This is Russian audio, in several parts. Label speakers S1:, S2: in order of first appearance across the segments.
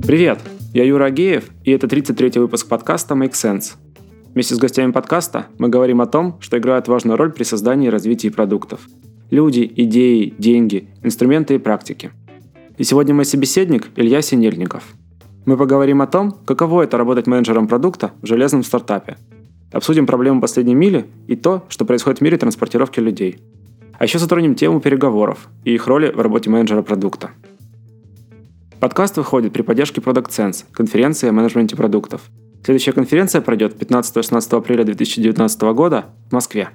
S1: Привет, я Юра Агеев, и это 33-й выпуск подкаста Make Sense. Вместе с гостями подкаста мы говорим о том, что играет важную роль при создании и развитии продуктов. Люди, идеи, деньги, инструменты и практики. И сегодня мой собеседник Илья Синельников. Мы поговорим о том, каково это работать менеджером продукта в железном стартапе. Обсудим проблемы последней мили и то, что происходит в мире транспортировки людей. А еще затронем тему переговоров и их роли в работе менеджера продукта. Подкаст выходит при поддержке Product Sense, конференции о менеджменте продуктов. Следующая конференция пройдет 15-16 апреля 2019 года в Москве.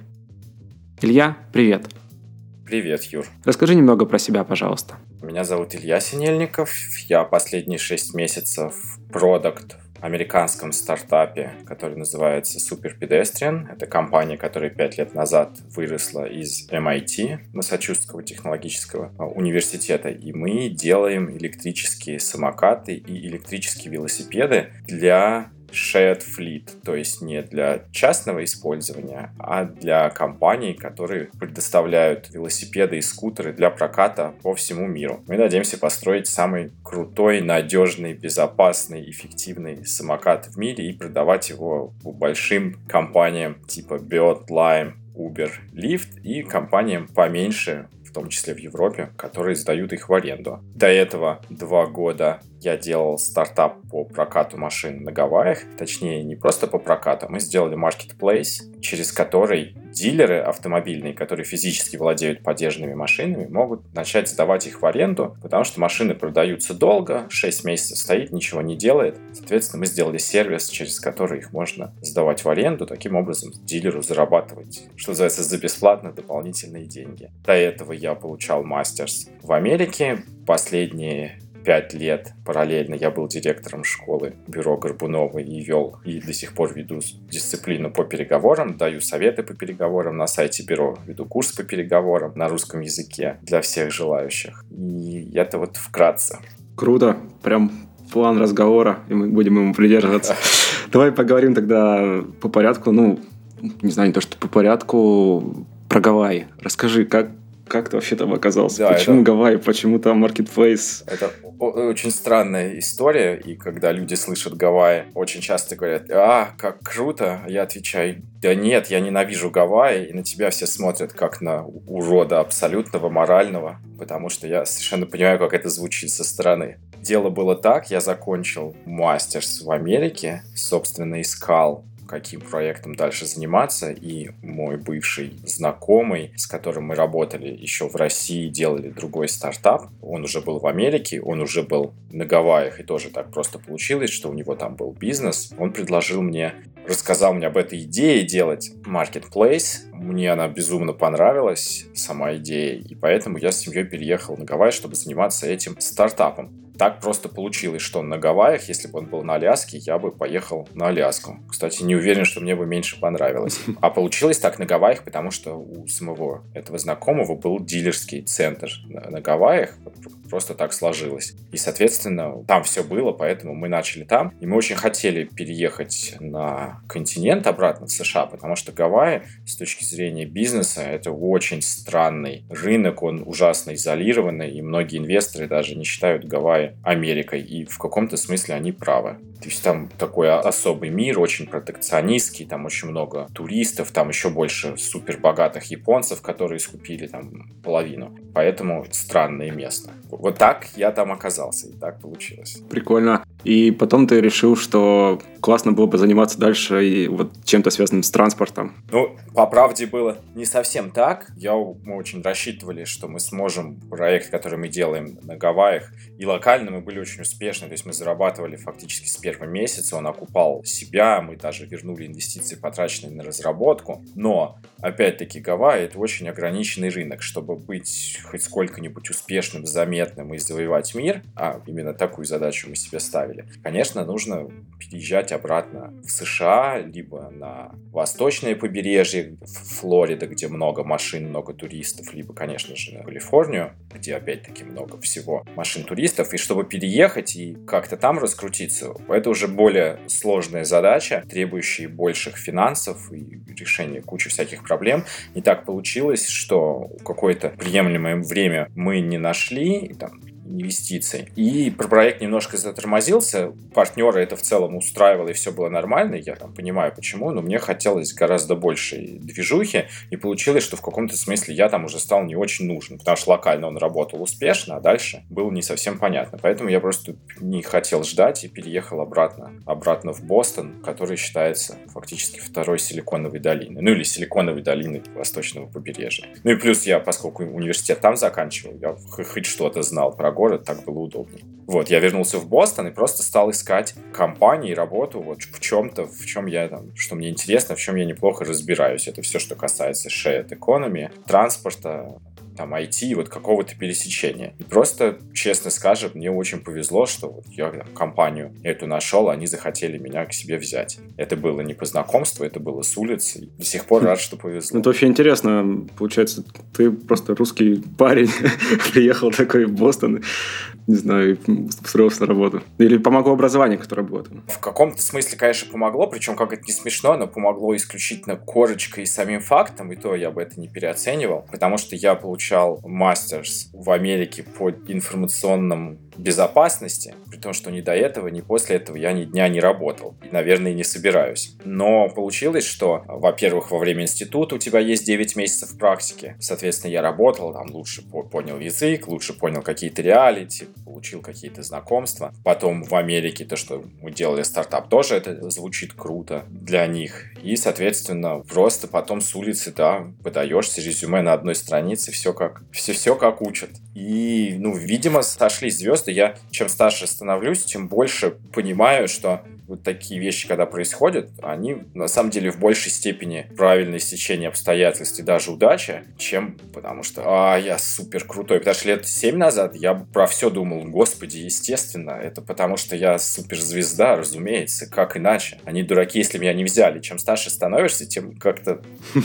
S1: Илья, привет.
S2: Привет, Юр.
S1: Расскажи немного про себя, пожалуйста.
S2: Меня зовут Илья Синельников. Я последние 6 месяцев продакт в американском стартапе, который называется Super Pedestrian. Это компания, которая 5 лет назад выросла из MIT, Массачусетского технологического университета. И мы делаем электрические самокаты и электрические велосипеды для shared fleet, то есть не для частного использования, а для компаний, которые предоставляют велосипеды и скутеры для проката по всему миру. Мы надеемся построить самый крутой, надежный, безопасный, эффективный самокат в мире и продавать его большим компаниям типа Bird, Lime, Uber, Lyft и компаниям поменьше, в том числе в Европе, которые сдают их в аренду. До этого 2 года я делал стартап по прокату машин на Гавайях. Точнее, не просто по прокату. Мы сделали marketplace, через который дилеры автомобильные, которые физически владеют подержанными машинами, могут начать сдавать их в аренду, потому что машины продаются долго, 6 месяцев стоит, ничего не делает. Соответственно, мы сделали сервис, через который их можно сдавать в аренду, таким образом дилеру зарабатывать, что называется, за бесплатно дополнительные деньги. До этого я получал мастерс в Америке. Последние 5 лет параллельно я был директором школы бюро Горбунова и вел, и до сих пор веду дисциплину по переговорам, даю советы по переговорам на сайте бюро, веду курс по переговорам на русском языке для всех желающих. И это вот вкратце.
S1: Круто, прям план разговора, и мы будем ему придерживаться. Давай поговорим тогда по порядку, не знаю, не то что по порядку, про Гавайи. Расскажи, как ты вообще там оказался?
S2: Да,
S1: почему Гавайи? Почему там маркетплейс?
S2: Это очень странная история, и когда люди слышат Гавайи, очень часто говорят: как круто. Я отвечаю: да нет, я ненавижу Гавайи, и на тебя все смотрят как на урода абсолютного, морального, потому что я совершенно понимаю, как это звучит со стороны. Дело было так, я закончил мастерс в Америке, собственно, искал, каким проектом дальше заниматься, и мой бывший знакомый, с которым мы работали еще в России, делали другой стартап, он уже был в Америке, он уже был на Гавайях, и тоже так просто получилось, что у него там был бизнес. Он предложил мне, рассказал мне об этой идее делать marketplace. Мне она безумно понравилась, сама идея, и поэтому я с семьей переехал на Гавайи, чтобы заниматься этим стартапом. Так просто получилось, что он на Гавайях. Если бы он был на Аляске, я бы поехал на Аляску. Кстати, не уверен, что мне бы меньше понравилось. А получилось так на Гавайях, потому что у самого этого знакомого был дилерский центр на Гавайях. Просто так сложилось. И, соответственно, там все было, поэтому мы начали там. И мы очень хотели переехать на континент обратно в США, потому что Гавайи, с точки зрения бизнеса, это очень странный рынок, он ужасно изолированный, и многие инвесторы даже не считают Гавайи Америкой, и в каком-то смысле они правы. То есть там такой особый мир, очень протекционистский, там очень много туристов, там еще больше супербогатых японцев, которые скупили там половину. Поэтому странное место. Вот так я там оказался, и так получилось.
S1: Прикольно. И потом ты решил, что классно было бы заниматься дальше и вот чем-то связанным с транспортом.
S2: По правде было не совсем так. Мы очень рассчитывали, что мы сможем проект, который мы делаем на Гавайях, и локально мы были очень успешны. То есть мы зарабатывали фактически с первого месяца, он окупал себя, мы даже вернули инвестиции, потраченные на разработку. Но, опять-таки, Гавайи — это очень ограниченный рынок. Чтобы быть хоть сколько-нибудь успешным, заметным и завоевать мир, а именно такую задачу мы себе ставили, конечно, нужно переезжать обратно в США, либо на восточное побережье, в Флорида, где много машин, много туристов, либо, конечно же, на Калифорнию, где, опять-таки, много всего машин, туристов. И чтобы переехать и как-то там раскрутиться, это уже более сложная задача, требующая больших финансов и решения кучи всяких проблем. И так получилось, что какое-то приемлемое время мы не нашли, инвестиций. И проект немножко затормозился, партнеры это в целом устраивало, и все было нормально, я там понимаю почему, но мне хотелось гораздо большей движухи, и получилось, что в каком-то смысле я там уже стал не очень нужен, потому что локально он работал успешно, а дальше было не совсем понятно. Поэтому я просто не хотел ждать и переехал обратно в Бостон, который считается фактически второй Силиконовой долиной. Ну или Силиконовой долиной восточного побережья. Ну и плюс я, поскольку университет там заканчивал, я хоть что-то знал про город, так было удобнее. Вот, я вернулся в Бостон и просто стал искать компании, работу вот в чем-то, в чем я там, что мне интересно, в чем я неплохо разбираюсь. Это все, что касается shared economy, транспорта, там, IT, вот какого-то пересечения. И просто, честно скажем, мне очень повезло, что вот я там, компанию эту нашел, они захотели меня к себе взять. Это было не по знакомству, это было с улицы. И до сих пор рад, что повезло.
S1: Это вообще интересно. Получается, ты просто русский парень, приехал такой в Бостон, не знаю, устроился на работу. Или помогло образование, которое было там?
S2: В каком-то смысле, конечно, помогло, причем, как это не смешно, но помогло исключительно корочкой и самим фактом, и то я бы это не переоценивал, потому что я получал мастерс в Америке по информационным безопасности, при том, что ни до этого, ни после этого я ни дня не работал. И, наверное, и не собираюсь. Но получилось, что, во-первых, во время института у тебя есть 9 месяцев практики. Соответственно, я работал, там лучше понял язык, лучше понял какие-то реалити, получил какие-то знакомства. Потом в Америке то, что мы делали стартап, тоже это звучит круто для них. И, соответственно, просто потом с улицы, да, выдаешься резюме на одной странице, все как учат. И, видимо, сошлись звезды. Я чем старше становлюсь, тем больше понимаю, что вот такие вещи, когда происходят, они на самом деле в большей степени правильное стечение обстоятельств и даже удача, чем потому что я супер крутой. Потому что лет 7 назад я про все думал, господи, естественно, это потому что я суперзвезда, разумеется, как иначе. Они дураки, если меня не взяли. Чем старше становишься, тем как-то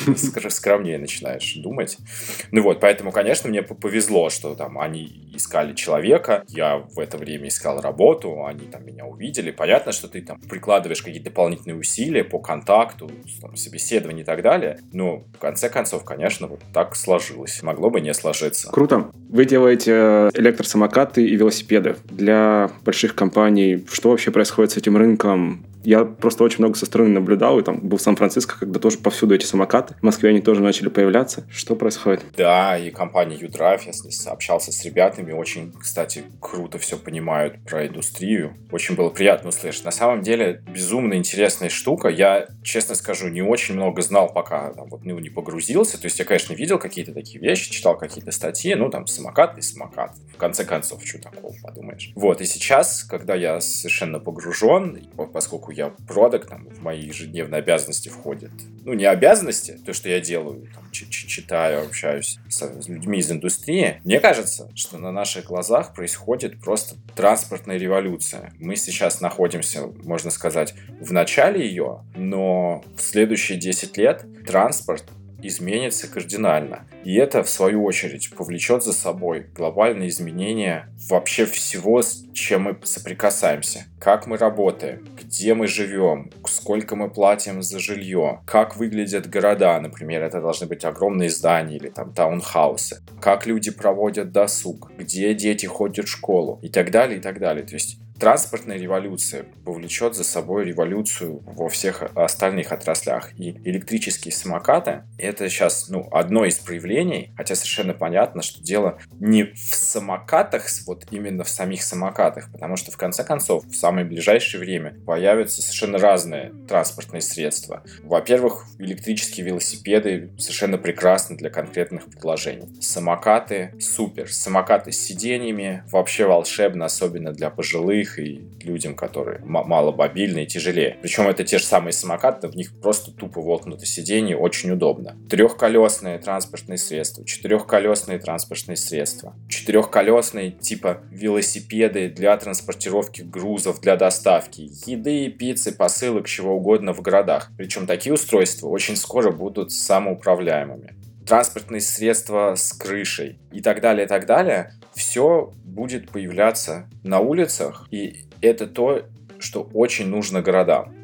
S2: скромнее начинаешь думать. Поэтому, конечно, мне повезло, что там они искали человека, я в это время искал работу, они там меня увидели. Понятно, что ты там прикладываешь какие-то дополнительные усилия по контакту, там, собеседованию и так далее. Но в конце концов, конечно, вот так сложилось. Могло бы не сложиться.
S1: Круто. Вы делаете электросамокаты и велосипеды для больших компаний. Что вообще происходит с этим рынком? Я просто очень много со стороны наблюдал, и там был в Сан-Франциско, когда тоже повсюду эти самокаты. В Москве они тоже начали появляться. Что происходит?
S2: Да, и компания U-Drive, я общался с ребятами, очень, кстати, круто все понимают про индустрию. Очень было приятно услышать. На самом деле, безумно интересная штука. Я, честно скажу, не очень много знал, пока не погрузился. То есть я, конечно, видел какие-то такие вещи, читал какие-то статьи, самокат и самокат. В конце концов, что такого, подумаешь. И сейчас, когда я совершенно погружен, поскольку я продакт, в мои ежедневные обязанности входит. Не обязанности, то, что я делаю, читаю, общаюсь с людьми из индустрии. Мне кажется, что на наших глазах происходит просто транспортная революция. Мы сейчас находимся, можно сказать, в начале ее, но в следующие 10 лет транспорт изменится кардинально. И это, в свою очередь, повлечет за собой глобальные изменения вообще всего, с чем мы соприкасаемся. Как мы работаем, где мы живем, сколько мы платим за жилье, как выглядят города, например, это должны быть огромные здания или таунхаусы, как люди проводят досуг, где дети ходят в школу и так далее, и так далее. То есть транспортная революция повлечет за собой революцию во всех остальных отраслях. И электрические самокаты — это сейчас одно из проявлений, хотя совершенно понятно, что дело не в самокатах, именно в самих самокатах, потому что в конце концов в самое ближайшее время появятся совершенно разные транспортные средства. Во-первых, электрические велосипеды совершенно прекрасны для конкретных предложений. Самокаты — супер. Самокаты с сиденьями вообще волшебно, особенно для пожилых и людям, которые маломобильные, тяжелее. Причем это те же самые самокаты, в них просто тупо воткнуто сиденье, очень удобно. Трехколесные транспортные средства, четырехколесные транспортные средства, четырехколесные типа велосипеды для транспортировки грузов, для доставки еды, пиццы, посылок, чего угодно в городах. Причем такие устройства очень скоро будут самоуправляемыми. Транспортные средства с крышей и так далее, все будет появляться на улицах, и это то, что очень нужно городам.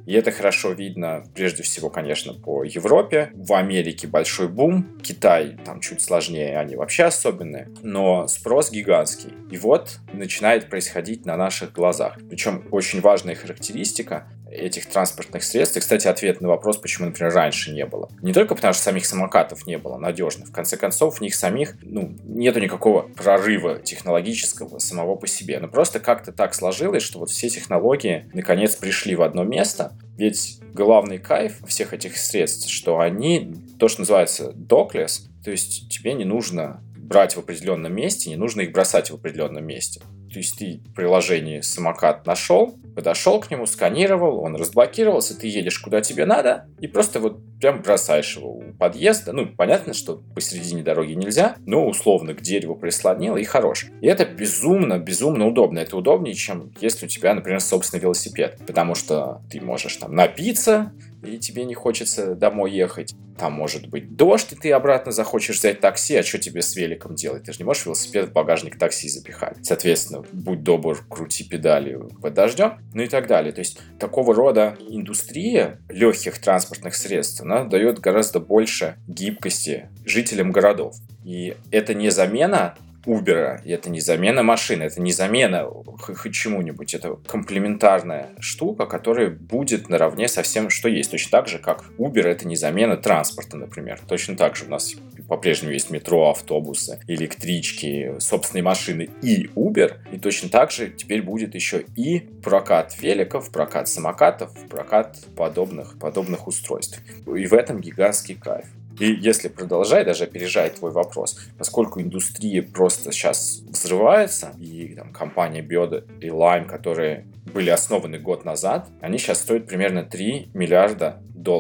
S2: И это хорошо видно, прежде всего, конечно, по Европе. В Америке большой бум, Китай там чуть сложнее, они вообще особенные, но спрос гигантский. И вот начинает происходить на наших глазах. Причем очень важная характеристика этих транспортных средств. И, кстати, ответ на вопрос, почему, например, раньше не было. Не только потому, что самих самокатов не было надежных. В конце концов, в них самих нету никакого прорыва технологического самого по себе. Но просто как-то так сложилось, что вот все технологии наконец пришли в одно место. Ведь главный кайф всех этих средств, что они, то, что называется dockless, то есть тебе не нужно брать в определенном месте, не нужно их бросать в определенном месте. То есть ты в приложении самокат нашел, подошел к нему, сканировал, он разблокировался, ты едешь куда тебе надо и просто вот прям бросаешь его у подъезда. Понятно, что посередине дороги нельзя, но условно к дереву прислонил и хорош. И это безумно, безумно удобно. Это удобнее, чем если у тебя, например, собственный велосипед. Потому что ты можешь там напиться, и тебе не хочется домой ехать. Там может быть дождь, и ты обратно захочешь взять такси, а что тебе с великом делать? Ты же не можешь велосипед в багажник такси запихать. Соответственно, будь добр, крути педали под дождем, и так далее. То есть такого рода индустрия легких транспортных средств, она дает гораздо больше гибкости жителям городов. И это не замена Uber, и это не замена машины, это не замена хоть чему-нибудь, это комплементарная штука, которая будет наравне со всем, что есть. Точно так же, как Uber — это не замена транспорта, например. Точно так же у нас по-прежнему есть метро, автобусы, электрички, собственные машины и Uber, и точно так же теперь будет еще и прокат великов, прокат самокатов, прокат подобных устройств. И в этом гигантский кайф. И если продолжать, даже опережать твой вопрос, поскольку индустрия просто сейчас взрывается, и там компания Bioda и Lime, которые были основаны год назад, они сейчас стоят примерно $3 миллиарда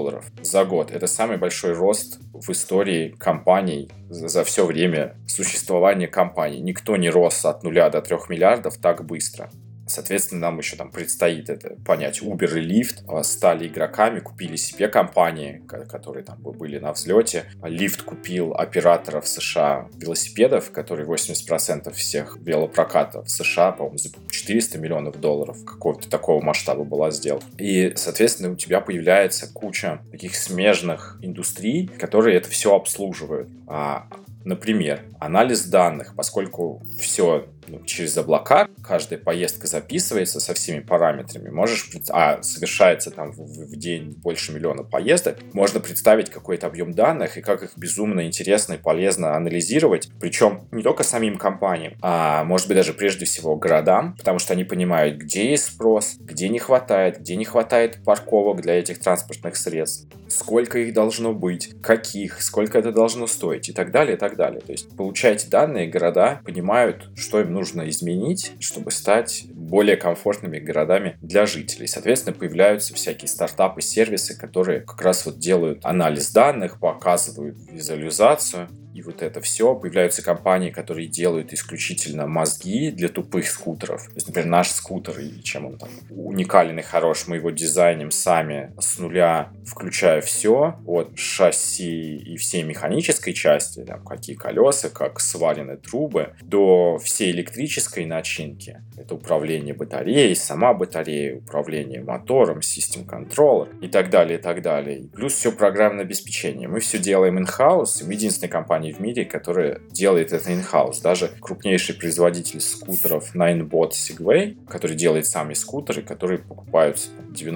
S2: за год. Это самый большой рост в истории компаний за все время существования компаний. Никто не рос от 0 до 3 миллиардов так быстро. Соответственно, нам еще там предстоит это понять. Uber и Lyft стали игроками, купили себе компании, которые там были на взлете. Lyft купил операторов США велосипедов, которые 80% всех велопрокатов в США, по-моему, за $400 миллионов какого-то такого масштаба была сделана. И, соответственно, у тебя появляется куча таких смежных индустрий, которые это все обслуживают. Например, анализ данных, поскольку все через облака, каждая поездка записывается со всеми параметрами, совершается там в день больше миллиона поездок, можно представить какой-то объем данных и как их безумно интересно и полезно анализировать, причем не только самим компаниям, а может быть даже прежде всего городам, потому что они понимают, где есть спрос, где не хватает парковок для этих транспортных средств, сколько их должно быть, каких, сколько это должно стоить и так далее, и так далее. То есть получаете данные, города понимают, что им нужно изменить, чтобы стать более комфортными городами для жителей. Соответственно, появляются всякие стартапы, сервисы, которые как раз вот делают анализ данных, показывают визуализацию. И вот это все. Появляются компании, которые делают исключительно мозги для тупых скутеров. То есть, например, наш скутер, и чем он там уникален и хорош, мы его дизайним сами с нуля, включая все, от шасси и всей механической части, там, какие колеса, как сварены трубы, до всей электрической начинки. Это управление батареей, сама батарея, управление мотором, систем контроллер и так далее, и так далее. И плюс все программное обеспечение. Мы все делаем in-house, и мы единственная компания в мире, которая делает это in-house. Даже крупнейший производитель скутеров Ninebot Segway, который делает сами скутеры, которые покупаются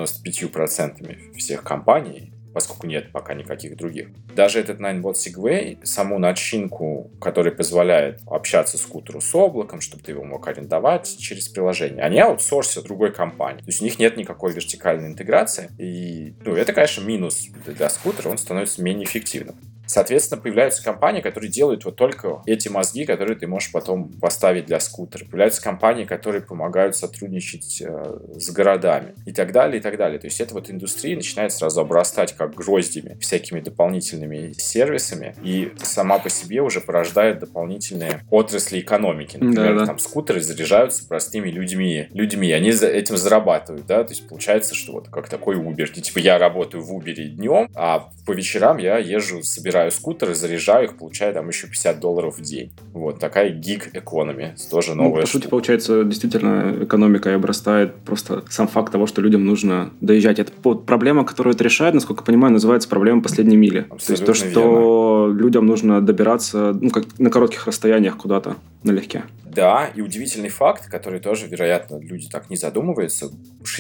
S2: 95% всех компаний, поскольку нет пока никаких других. Даже этот Ninebot Segway, саму начинку, которая позволяет общаться скутеру с облаком, чтобы ты его мог арендовать через приложение, они аутсорсят другой компании. То есть у них нет никакой вертикальной интеграции. И это, конечно, минус для скутера, он становится менее эффективным. Соответственно, появляются компании, которые делают вот только эти мозги, которые ты можешь потом поставить для скутера. Появляются компании, которые помогают сотрудничать с городами и так далее, и так далее. То есть эта вот индустрия начинает сразу обрастать как гроздями всякими дополнительными сервисами и сама по себе уже порождает дополнительные отрасли экономики. Например, там скутеры заряжаются простыми людьми. Они этим зарабатывают, да, то есть получается, что вот как такой Uber. Типа я работаю в Uber днем, а по вечерам я езжу собирать собираю скутеры, заряжаю их, получаю там еще $50 в день. Вот такая гиг-экономи, тоже новая
S1: По сути, получается, действительно, экономика обрастает просто сам факт того, что людям нужно доезжать. Это проблема, которую это решает, насколько я понимаю, называется проблема последней мили.
S2: Абсолютно
S1: то есть то, что людям нужно добираться как на коротких расстояниях куда-то налегке.
S2: Да, и удивительный факт, который тоже, вероятно, люди так не задумываются,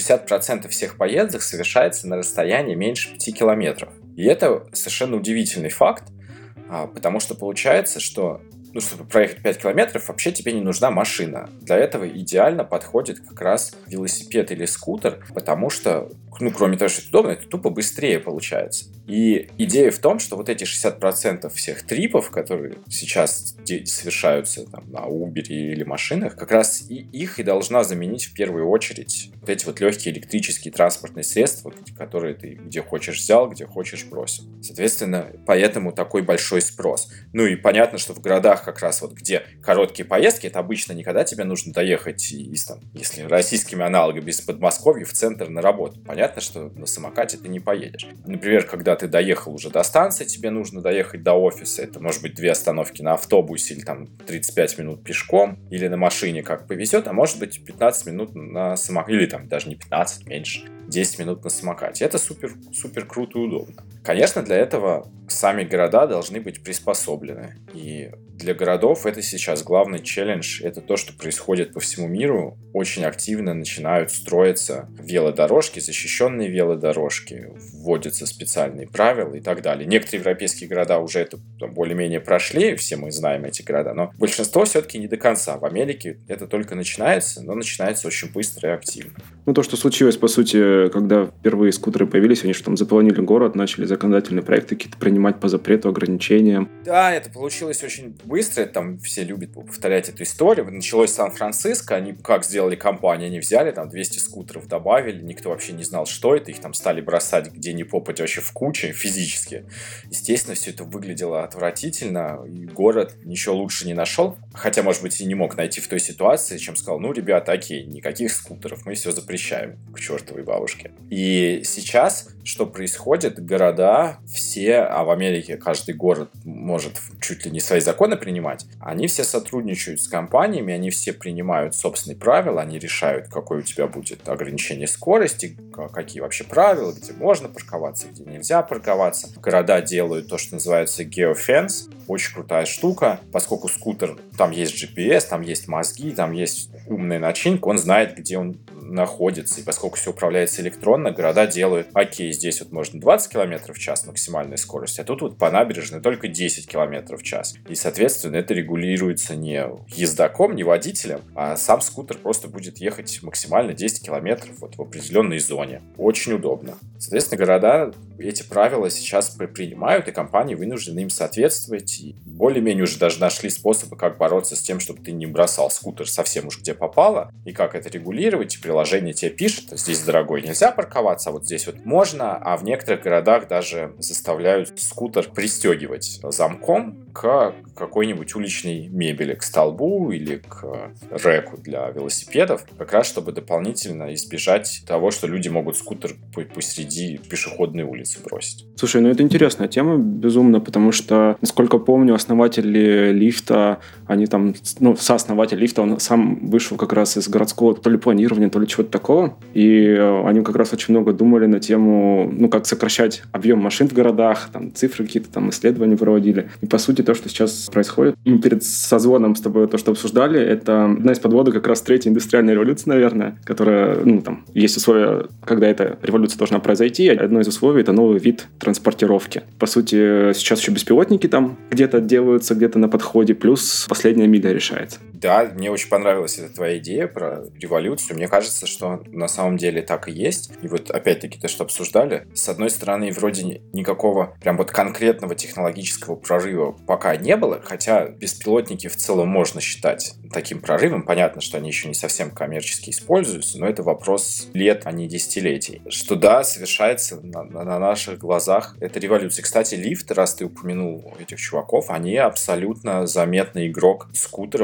S2: 60% всех поездок совершается на расстоянии меньше 5 километров. И это совершенно удивительный факт, потому что получается, что чтобы проехать 5 километров, вообще тебе не нужна машина. Для этого идеально подходит как раз велосипед или скутер, потому что, кроме того, что это удобно, это тупо быстрее получается. И идея в том, что вот эти 60% всех трипов, которые сейчас совершаются там, на Uber или машинах, как раз их и должна заменить в первую очередь вот эти вот легкие электрические транспортные средства, которые ты где хочешь взял, где хочешь бросил. Соответственно, поэтому такой большой спрос. И понятно, что в городах как раз вот где короткие поездки, это обычно не когда тебе нужно доехать если российскими аналогами из Подмосковья в центр на работу. Понятно, что на самокате ты не поедешь. Например, когда ты доехал уже до станции, тебе нужно доехать до офиса. Это может быть 2 остановки на автобусе или там 35 минут пешком, или на машине, как повезет, а может быть 15 минут на самокате, или там даже не 15, меньше, 10 минут на самокате. Это супер круто и удобно. Конечно, для этого сами города должны быть приспособлены. И для городов это сейчас главный челлендж. Это то, что происходит по всему миру. Очень активно начинают строиться велодорожки, защищенные велодорожки, вводятся специальные правила и так далее. Некоторые европейские города уже это более-менее прошли, все мы знаем эти города, но большинство все-таки не до конца. В Америке это только начинается, но начинается очень быстро и активно.
S1: То, что случилось, по сути, когда впервые скутеры появились, они же там заполонили город, начали законодательные проекты какие-то принимать по запрету, ограничениям.
S2: Да, это получилось очень быстро, там все любят повторять эту историю. Началось в Сан-Франциско, они как сделали компанию, они взяли там 200 скутеров, добавили, никто вообще не знал, что это, их там стали бросать где ни попадя вообще в куче физически. Естественно, все это выглядело отвратительно, и город ничего лучше не нашел, хотя, может быть, и не мог найти в той ситуации, чем сказал, ребята, окей, никаких скутеров, мы все запрещаем к чертовой бабушке. И сейчас, что происходит, города все, а в Америке каждый город может чуть ли не свои законы принимать, они все сотрудничают с компаниями, они все принимают собственные правила, они решают, какое у тебя будет ограничение скорости, какие вообще правила, где можно парковаться, где нельзя парковаться. Города делают то, что называется geofence, очень крутая штука, поскольку скутер, там есть GPS, там есть мозги, там есть умная начинка, он знает, где он находится, и поскольку все управляется электронно, города делают, окей, здесь вот можно 20 км в час максимальная скорость, а тут вот по набережной только 10 км в час. И, соответственно, это регулируется не ездаком, не водителем, а сам скутер просто будет ехать максимально 10 км вот в определенной зоне. Очень удобно. Соответственно, города эти правила сейчас принимают, и компании вынуждены им соответствовать. И более-менее уже даже нашли способы, как бороться с тем, чтобы ты не бросал скутер совсем уж где попало, и как это регулировать. И приложение тебе пишет, здесь, дорогой, нельзя парковаться, а вот здесь вот можно, а в некоторых городах даже заставляют скутер пристегивать замком к какой-нибудь уличной мебели, к столбу или к рэку для велосипедов, как раз чтобы дополнительно избежать того, что люди могут скутер посреди пешеходной улицы бросить.
S1: Слушай, это интересная тема, безумно, потому что, насколько помню, основатели лифта, они там, сооснователь лифта, он сам вышел как раз из городского то ли планирования, то ли чего-то такого, и они как раз очень много думали на тему, как сокращать объем машин в городах, там цифры какие-то там исследования проводили, и по сути то, что сейчас происходит, мы перед созвоном с тобой то, что обсуждали, это одна из подводок как раз третьей индустриальной революции, наверное, которая, есть условия, когда эта революция должна произойти, одно из условий — это новый вид транспортировки. По сути, сейчас еще беспилотники там где-то делаются, где-то на подходе, плюс последняя миля решается.
S2: Да, мне очень понравилась эта твоя идея про революцию. Мне кажется, что на самом деле так и есть. И вот опять-таки то, что обсуждали, с одной стороны, вроде никакого прям вот конкретного технологического прорыва пока не было, хотя беспилотники в целом можно считать таким прорывом. Понятно, что они еще не совсем коммерчески используются, но это вопрос лет, а не десятилетий. Что да, совершается на наших глазах эта революция. Кстати, лифт, раз ты упомянул этих чуваков, они абсолютно заметный игрок скутеров, то есть у них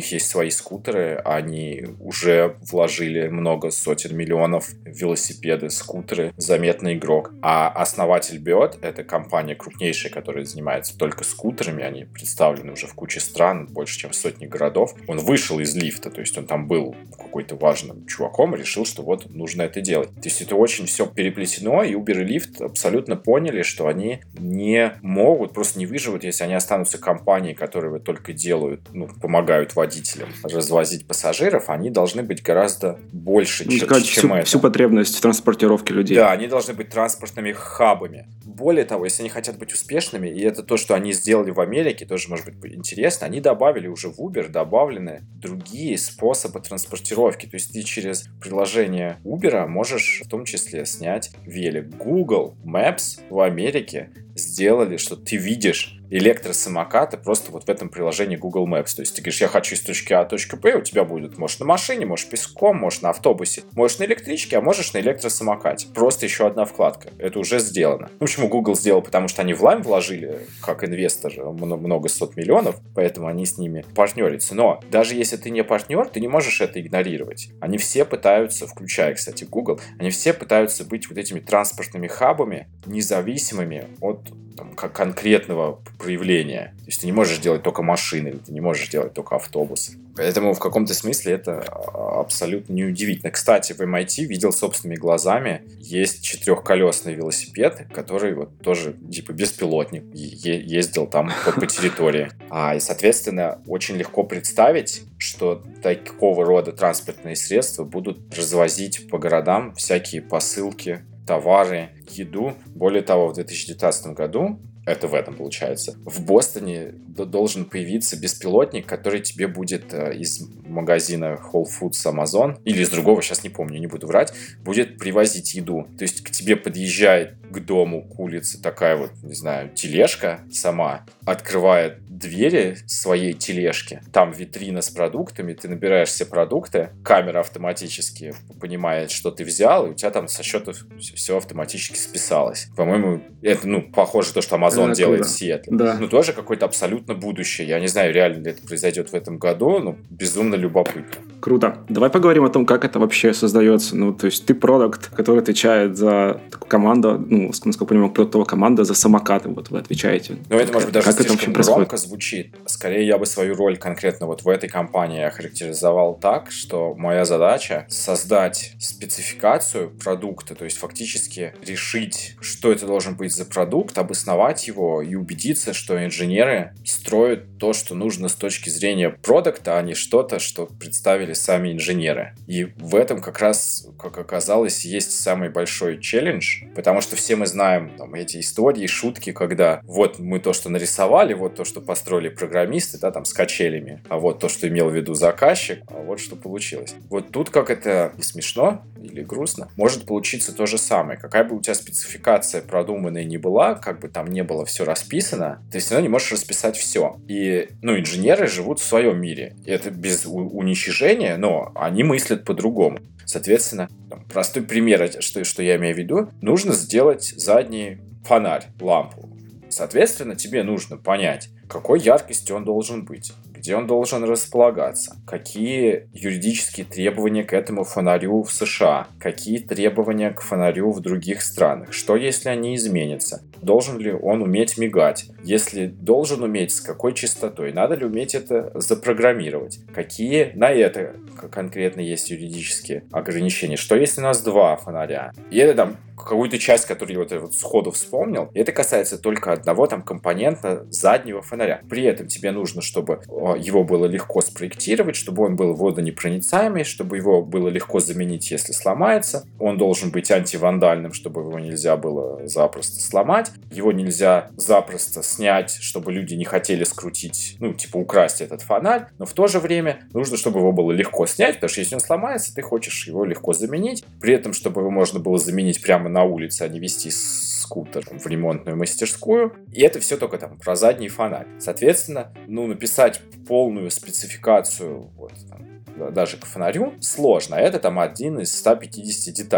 S2: них есть свои скутеры, они уже вложили много сотен миллионов в велосипеды, скутеры, заметный игрок. А основатель Bird — это компания крупнейшая, которая занимается только скутерами, они представлены уже в куче стран, больше, чем в сотни городов. Он вышел из лифта, то есть он там был какой-то важным чуваком и решил, что вот нужно это делать. То есть это очень все переплетено, и Uber и Lyft абсолютно поняли, что они не могут, просто не выживут, если они останутся компанией, которые только делают, помогают водителям развозить пассажиров, они должны быть гораздо больше, чем это.
S1: Всю потребность в транспортировке людей.
S2: Да, они должны быть транспортными хабами. Более того, если они хотят быть успешными, и это то, что они сделали в Америке, тоже может быть интересно, они добавили уже в Uber, добавлены другие способы транспортировки. То есть ты через приложение Uber можешь в том числе снять велик. Google Maps в Америке сделали, что ты видишь электросамокаты просто вот в этом приложении Google Maps. То есть ты говоришь, я хочу из точки А в точку Б, у тебя будет, можешь на машине, можешь пешком, можешь на автобусе, можешь на электричке, а можешь на электросамокате. Просто еще одна вкладка. Это уже сделано. Почему Google сделал? Потому что они в Lime вложили, как инвестор, много сот миллионов, поэтому они с ними партнерятся. Но даже если ты не партнер, ты не можешь это игнорировать. Они все пытаются, включая, кстати, Google, они все пытаются быть вот этими транспортными хабами, независимыми от конкретного проявления. То есть ты не можешь делать только машины, ты не можешь делать только автобусы. Поэтому в каком-то смысле это абсолютно неудивительно. Кстати, в MIT видел собственными глазами, есть четырехколесный велосипед, который вот тоже типа беспилотник, ездил там по территории. И, соответственно, очень легко представить, что такого рода транспортные средства будут развозить по городам всякие посылки, товары, еду. Более того, в 2019 году, это в этом получается, в Бостоне должен появиться беспилотник, который тебе будет из магазина Whole Foods, Amazon, или из другого, сейчас не помню, не буду врать, будет привозить еду. То есть к тебе подъезжает к дому, к улице такая вот, не знаю, тележка сама, открывает двери своей тележки, там витрина с продуктами, ты набираешь все продукты, камера автоматически понимает, что ты взял, и у тебя там со счета все автоматически списалось. По-моему, это, похоже на то, что Amazon делает в Сиэтле.
S1: Да.
S2: Тоже какое-то абсолютно будущее. Я не знаю, реально ли это произойдет в этом году, но безумно любопытно.
S1: Круто. Давай поговорим о том, как это вообще создается. То есть ты продакт, который отвечает за такую команду, насколько я понимаю, продуктовая команда за самокаты, вот вы отвечаете.
S2: Это, может быть, даже слишком громко звучит. Скорее, я бы свою роль конкретно вот в этой компании охарактеризовал так, что моя задача создать спецификацию продукта, то есть фактически решить, что это должен быть за продукт, обосновать его и убедиться, что инженеры строят то, что нужно с точки зрения продукта, а не что-то, что представили сами инженеры. И в этом как раз, как оказалось, есть самый большой челлендж, потому что все мы знаем эти истории, шутки, когда вот мы то, что нарисовали, вот то, что построили программисты, с качелями, а вот то, что имел в виду заказчик, а вот что получилось. Вот тут, как это и смешно или грустно, может получиться то же самое. Какая бы у тебя спецификация продуманная ни была, как бы там не было все расписано, ты все равно не можешь расписать все. И, инженеры живут в своем мире. И это без уничижения, но они мыслят по-другому. Соответственно, простой пример, что я имею в виду, нужно сделать задний фонарь, лампу. Соответственно, тебе нужно понять, какой яркости он должен быть, где он должен располагаться, какие юридические требования к этому фонарю в США, какие требования к фонарю в других странах, что если они изменятся, должен ли он уметь мигать, если должен уметь, с какой частотой, надо ли уметь это запрограммировать, какие на это конкретно есть юридические ограничения, что если у нас два фонаря, и это какую-то часть, которую я сходу вспомнил, и это касается только одного компонента заднего фонаря. При этом тебе нужно, чтобы его было легко спроектировать, чтобы он был водонепроницаемый, чтобы его было легко заменить, если сломается. Он должен быть антивандальным, чтобы его нельзя было запросто сломать. Его нельзя запросто снять, чтобы люди не хотели скрутить, украсть этот фонарь. Но в то же время нужно, чтобы его было легко снять, потому что если он сломается, ты хочешь его легко заменить. При этом, чтобы его можно было заменить прямо на улице, а не везти скутер в ремонтную мастерскую. И это все только про задний фонарь. Соответственно, написать полную спецификацию даже к фонарю сложно. Это один из 150 деталей.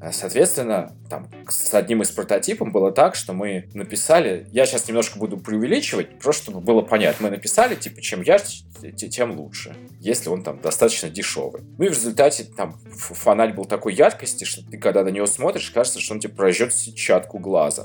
S2: Соответственно, там с одним из прототипов было так, что мы написали, я сейчас немножко буду преувеличивать, просто чтобы было понятно, мы написали, типа, чем ярче, тем лучше, если он там достаточно дешевый. Ну и в результате там фонарь был такой яркости, что ты, когда на него смотришь, кажется, что он тебе прожжет сетчатку глаза.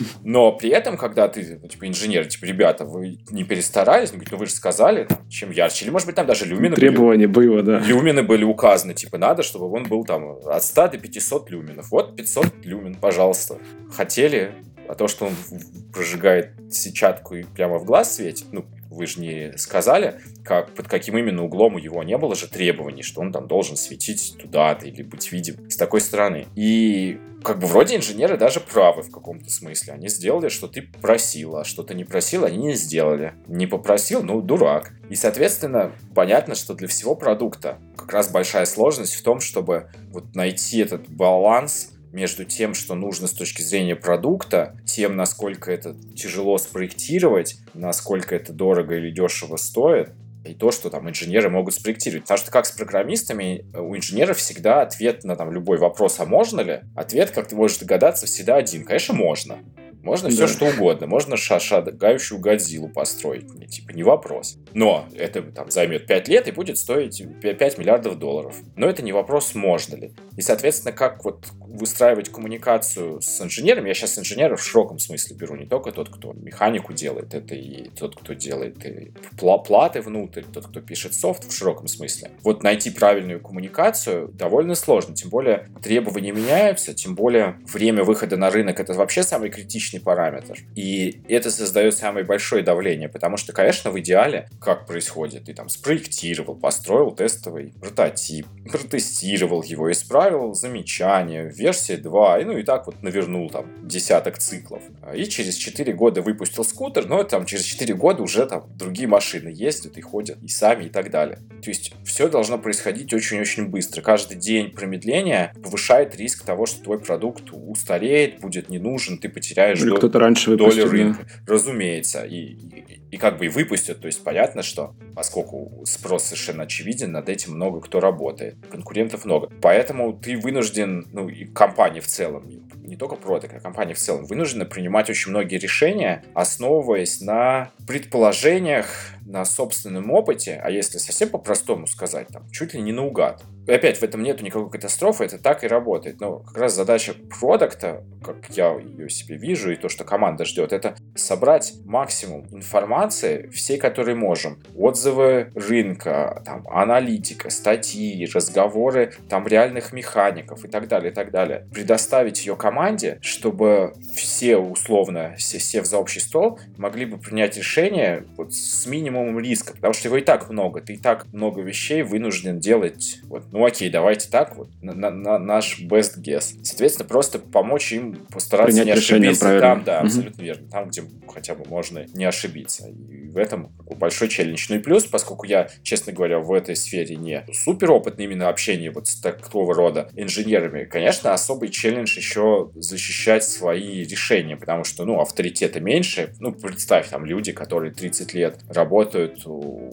S2: Но при этом, когда ты, типа, инженер, типа, ребята, вы не перестарались, он говорит, ну вы же сказали, там, чем ярче. Или, может быть, там даже люмины
S1: требования было, да.
S2: Люмины были указаны, типа, надо, чтобы он был там от 100 до 500 люминов. Вот 500 люмин, пожалуйста. Хотели, а то, что он прожигает сетчатку и прямо в глаз светит, ну, вы же не сказали, под каким именно углом у него не было же требований, что он там должен светить туда-то или быть видим с такой стороны. И как бы вроде инженеры даже правы в каком-то смысле. Они сделали, что ты просил, а что ты не просил, они не сделали. Не попросил, ну, дурак. И, соответственно, понятно, что для всего продукта как раз большая сложность в том, чтобы вот найти этот баланс между тем, что нужно с точки зрения продукта, тем, насколько это тяжело спроектировать, насколько это дорого или дешево стоит, и то, что там инженеры могут спроектировать. Потому что как с программистами, у инженеров всегда ответ на там любой вопрос, а можно ли? Ответ, как ты можешь догадаться, всегда один. Конечно, можно. Можно все что угодно. Можно шагающую Годзиллу построить. Типа, не вопрос. Но это там займет 5 лет и будет стоить 5 миллиардов долларов. Но это не вопрос, можно ли. И, соответственно, как вот выстраивать коммуникацию с инженером, я сейчас инженеров в широком смысле беру, не только тот, кто механику делает, это и тот, кто делает и платы внутрь, тот, кто пишет софт в широком смысле. Вот найти правильную коммуникацию довольно сложно, тем более требования меняются, тем более время выхода на рынок — это вообще самый критичный параметр. И это создает самое большое давление, потому что, конечно, в идеале, как происходит, ты там спроектировал, построил тестовый прототип, протестировал его, исправил замечания, версия 2, и ну и так вот навернул там десяток циклов. И через 4 года выпустил скутер, но там через 4 года уже там другие машины ездят и ходят, и сами, и так далее. То есть все должно происходить очень-очень быстро. Каждый день промедления повышает риск того, что твой продукт устареет, будет не нужен, ты потеряешь
S1: кто-то раньше
S2: долю рынка. Да. Разумеется. И как бы и выпустят. То есть понятно, что поскольку спрос совершенно очевиден, над этим много кто работает. Конкурентов много. Поэтому ты вынужден, ну и компания в целом, не только продакт, а компания в целом, вынуждена принимать очень многие решения, основываясь на предположениях, на собственном опыте, а если совсем по-простому сказать, там, чуть ли не наугад. И опять, в этом нету никакой катастрофы, это так и работает. Но как раз задача продакта, как я ее себе вижу, и то, что команда ждет, это собрать максимум информации, всей, которой можем. Отзывы рынка, там, аналитика, статьи, разговоры там, реальных механиков и так далее, и так далее. Предоставить ее команде, чтобы все условно, сев за общий стол, могли бы принять решение вот, с минимумом риска, потому что его и так много, ты и так много вещей вынужден делать. Вот, ну окей, давайте так, вот, на наш best guess. Соответственно, просто помочь им постараться принять не ошибиться там, да, абсолютно верно, там, где хотя бы можно не ошибиться. И в этом большой челлендж. Ну и плюс, поскольку я, честно говоря, в этой сфере не суперопытный именно общение вот с такого рода инженерами, конечно, особый челлендж еще защищать свои решения, потому что, ну, авторитета меньше. Ну, представь, там люди, которые 30 лет работают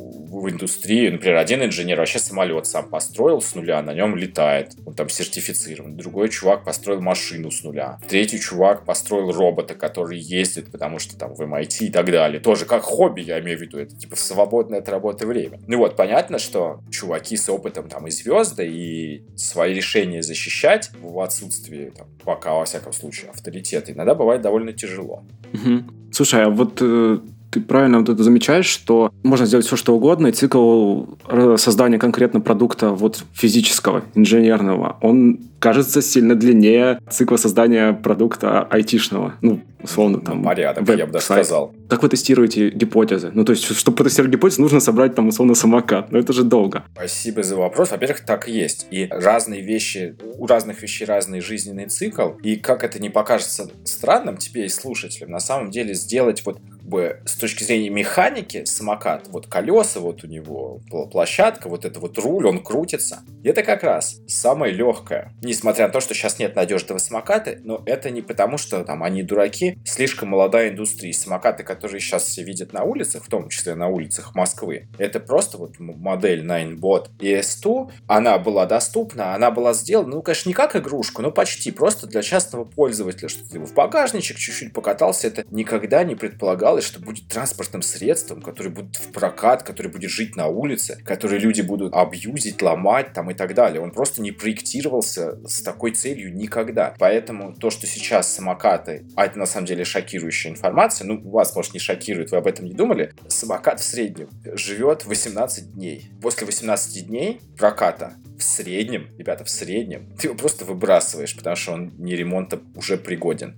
S2: в индустрии, например, один инженер вообще самолет сам построил с нуля, на нем летает, он там сертифицирован. Другой чувак построил машину с нуля. Третий чувак построил робота, который ездит, потому что там в MIT и так далее. Тоже как хобби, я имею в виду, это типа в свободное от работы время. Ну вот, понятно, что чуваки с опытом там и звезды, и свои решения защищать в отсутствии, там, пока, во всяком случае, авторитета иногда бывает довольно тяжело.
S1: Слушай, а вот ты правильно вот это замечаешь, что можно сделать все, что угодно, и цикл создания конкретно продукта вот физического, инженерного, он кажется сильно длиннее цикла создания продукта айтишного. Ну, условно, там...
S2: порядок, я бы даже сказал.
S1: Как вы тестируете гипотезы? Ну, то есть, чтобы протестировать гипотезу, нужно собрать, там, условно, самокат. Но это же долго.
S2: Спасибо за вопрос. Во-первых, так и есть. И разные вещи, у разных вещей разный жизненный цикл. И как это не покажется странным тебе и слушателям, на самом деле сделать вот бы с точки зрения механики самокат, вот колеса, вот у него площадка, вот это вот руль, он крутится. Это как раз самое легкое. Несмотря на то, что сейчас нет надежного самоката, но это не потому, что там они дураки, слишком молодая индустрия. Самокаты, которые сейчас все видят на улицах, в том числе на улицах Москвы, это просто вот модель Ninebot ES2, она была доступна, она была сделана, ну, конечно, не как игрушку, но почти, просто для частного пользователя, что ты в багажничек чуть-чуть покатался, это никогда не предполагалось, что будет транспортным средством, который будет в прокат, который будет жить на улице, который люди будут абьюзить, ломать там и так далее. Он просто не проектировался с такой целью никогда. Поэтому то, что сейчас самокаты, а это на самом деле шокирующая информация, ну, вас, может, не шокирует, вы об этом не думали, самокат в среднем живет 18 дней. После 18 дней проката в среднем, ребята, в среднем, ты его просто выбрасываешь, потому что он не ремонта уже пригоден.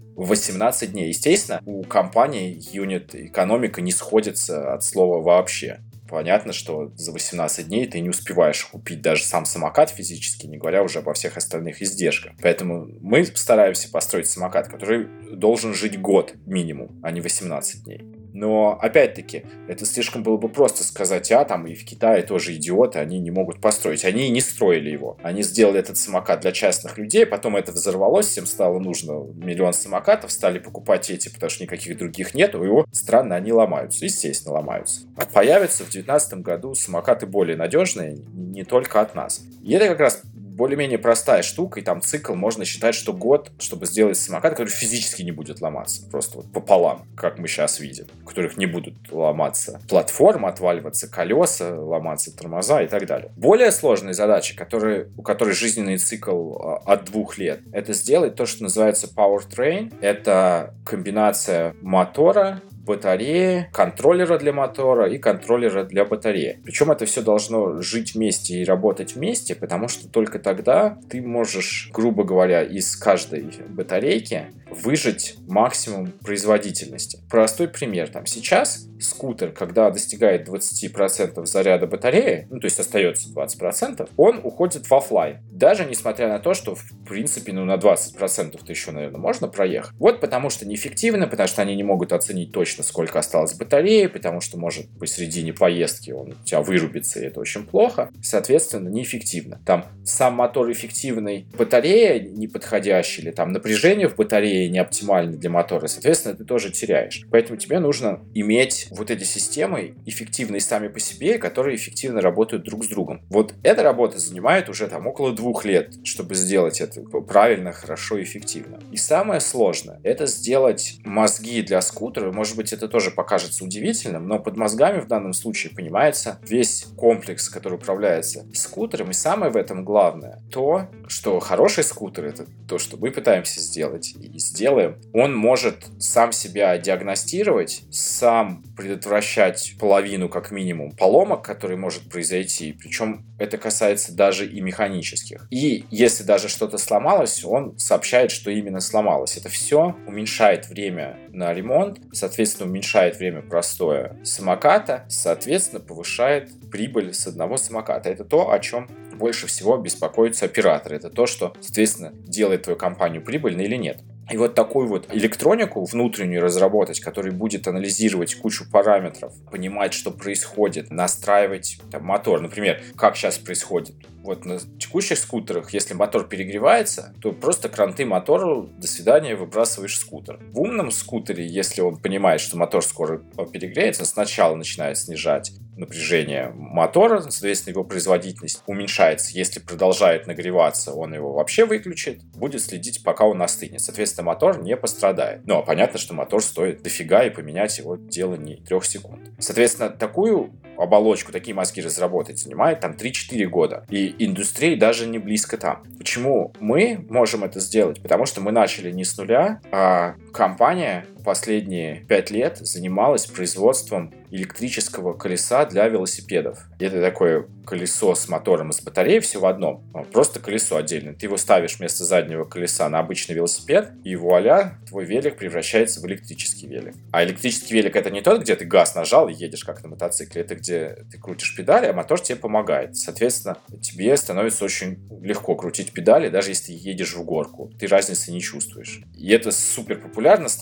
S2: 18 дней. Естественно, у компании юнит экономика не сходится от слова вообще. Понятно, что за 18 дней ты не успеваешь купить даже сам самокат физически, не говоря уже обо всех остальных издержках. Поэтому мы стараемся построить самокат, который должен жить год минимум, а не 18 дней. Но, опять-таки, это слишком было бы просто сказать, там и в Китае тоже идиоты, они не могут построить. Они и не строили его. Они сделали этот самокат для частных людей, потом это взорвалось, всем стало нужно миллион самокатов, стали покупать эти, потому что никаких других нет, у его странно, они ломаются, естественно, ломаются. А появятся в 2019 году самокаты более надежные, не только от нас. И это как раз более-менее простая штука, и там цикл можно считать, что год, чтобы сделать самокат, который физически не будет ломаться, просто вот пополам, как мы сейчас видим, в которых не будут ломаться платформа, отваливаться колеса, ломаться тормоза и так далее. Более сложные задачи, у которой жизненный цикл от 2 лет, это сделать то, что называется powertrain. Это комбинация мотора, батареи, контроллера для мотора и контроллера для батареи. Причем это все должно жить вместе и работать вместе, потому что только тогда ты можешь, грубо говоря, из каждой батарейки выжать максимум производительности. Простой пример. Там сейчас скутер, когда достигает 20% заряда батареи, то есть остается 20%, он уходит в офлайн. Даже несмотря на то, что, в принципе, на 20%-то еще, наверное, можно проехать. Вот потому что неэффективно, потому что они не могут оценить точно, сколько осталось батареи, потому что, может, посередине поездки он у тебя вырубится, и это очень плохо. Соответственно, неэффективно. Там сам мотор эффективный, батарея неподходящая, или там напряжение в батарее не оптимально для мотора, соответственно, ты тоже теряешь. Поэтому тебе нужно иметь вот эти системы эффективные сами по себе, которые эффективно работают друг с другом. Вот эта работа занимает уже там около 2 лет, чтобы сделать это правильно, хорошо, эффективно. И самое сложное — это сделать мозги для скутера. Может быть, это тоже покажется удивительным, но под мозгами в данном случае понимается весь комплекс, который управляется скутером. И самое в этом главное — то, что хороший скутер — это то, что мы пытаемся сделать и сделаем. Он может сам себя диагностировать, сам предотвращать половину, как минимум, поломок, которые может произойти. Причем это касается даже и механических. И если даже что-то сломалось, он сообщает, что именно сломалось. Это все уменьшает время на ремонт, соответственно, уменьшает время простоя самоката, соответственно, повышает прибыль с одного самоката. Это то, о чем больше всего беспокоятся операторы. Это то, что, соответственно, делает твою компанию прибыльной или нет. И вот такую вот электронику внутреннюю разработать, которая будет анализировать кучу параметров, понимать, что происходит, настраивать мотор. Например, как сейчас происходит. Вот на текущих скутерах, если мотор перегревается, то просто кранты мотору, до свидания, выбрасываешь скутер. В умном скутере, если он понимает, что мотор скоро перегреется, сначала начинает снижать напряжение мотора, соответственно, его производительность уменьшается. Если продолжает нагреваться, он его вообще выключит, будет следить, пока он остынет. Соответственно, мотор не пострадает. Но понятно, что мотор стоит дофига, и поменять его дело не 3 секунд. Соответственно, такую оболочку, такие мозги разработать занимает там 3-4 года. И индустрия даже не близко там. Почему мы можем это сделать? Потому что мы начали не с нуля, а компания последние 5 лет занималась производством электрического колеса для велосипедов. Это такое колесо с мотором и с батареей, все в одном. Просто колесо отдельно. Ты его ставишь вместо заднего колеса на обычный велосипед, и вуаля, твой велик превращается в электрический велик. А электрический велик — это не тот, где ты газ нажал и едешь как на мотоцикле. Это где ты крутишь педали, а мотор тебе помогает. Соответственно, тебе становится очень легко крутить педали, даже если ты едешь в горку. Ты разницы не чувствуешь. И это супер популярно становится.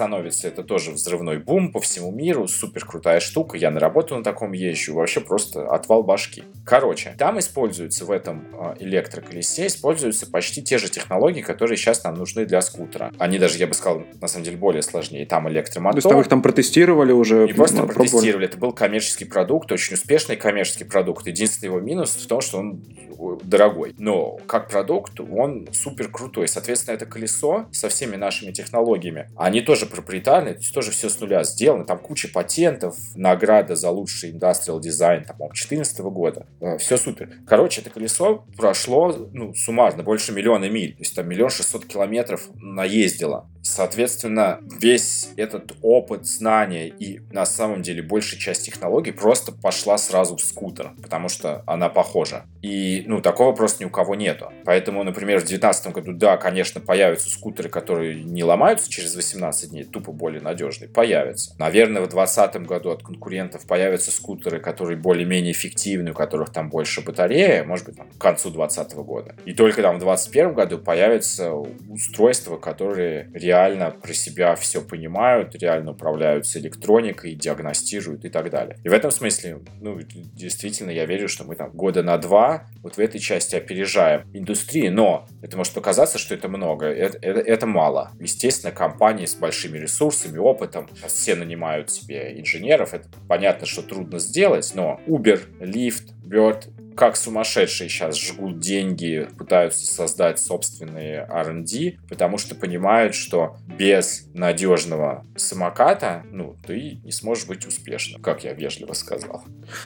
S2: что это тоже взрывной бум по всему миру, супер крутая штука, я на работу на таком езжу, вообще просто отвал башки. Короче, там используются в этом электроколесе, используются почти те же технологии, которые сейчас нам нужны для скутера. Они даже, я бы сказал, на самом деле более сложнее. Там электромотор.
S1: То есть их там протестировали уже?
S2: Не просто протестировали, это был коммерческий продукт, очень успешный коммерческий продукт. Единственный его минус в том, что он дорогой. Но как продукт он супер крутой. Соответственно, это колесо со всеми нашими технологиями, они тоже проприетарные, то есть тоже все с нуля сделано. Там куча патентов, награда за лучший индастриал дизайн, там, по-моему, 2014 года. Все супер. Короче, это колесо прошло, суммарно, больше 1 000 000 миль. То есть там 1 600 000 километров наездило. Соответственно, весь этот опыт, знания и на самом деле большая часть технологий просто пошла сразу в скутер, потому что она похожа. И, такого просто ни у кого нету. Поэтому, например, в 2019 году, да, конечно, появятся скутеры, которые не ломаются через 18 дней, тупо более надежные, появятся. Наверное, в 2020 году от конкурентов появятся скутеры, которые более-менее эффективны, у которых там больше батареи, может быть, к концу 2020 года. И только там в 2021 году появятся устройства, которые реально про себя все понимают, реально управляются электроникой, диагностируют и так далее. И в этом смысле, действительно, я верю, что мы там года на 2 вот в этой части опережаем индустрию, но это может показаться, что это много, это мало. Естественно, компании с большими ресурсами, опытом, все нанимают себе инженеров, это понятно, что трудно сделать, но Uber, Lyft, Bird как сумасшедшие сейчас жгут деньги, пытаются создать собственные R&D, потому что понимают, что без надежного самоката, ты не сможешь быть успешным, как я вежливо сказал.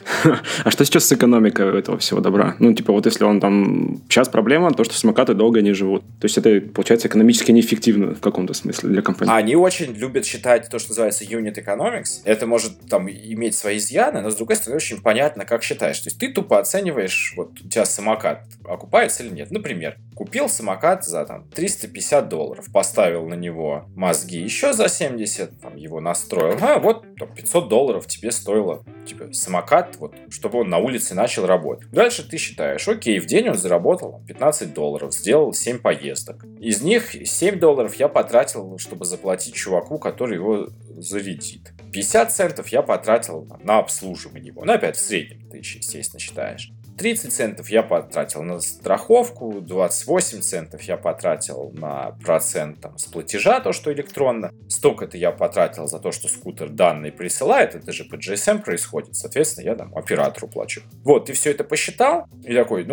S1: А что сейчас с экономикой этого всего добра? Если он там... Сейчас проблема, то, что самокаты долго не живут. То есть это, получается, экономически неэффективно в каком-то смысле для компании.
S2: Они очень любят считать то, что называется unit economics. Это может там иметь свои изъяны, но, с другой стороны, очень понятно, как считаешь. То есть ты тупо оцениваешь, у тебя самокат окупается или нет. Например, купил самокат за $350, поставил на него мозги еще за 70, его настроил. $500 тебе стоило самокат, чтобы он на улице начал работать. Дальше ты считаешь, окей, в день он заработал $15, сделал 7 поездок. Из них $7 я потратил, чтобы заплатить чуваку, который его зарядит. 50 центов я потратил на обслуживание его. Опять в среднем ты, естественно, считаешь. 30 центов я потратил на страховку, 28 центов я потратил на процент с платежа, то, что электронно. Столько-то я потратил за то, что скутер данные присылает, это же по GSM происходит, соответственно, я оператору плачу. Ты все это посчитал, и такой,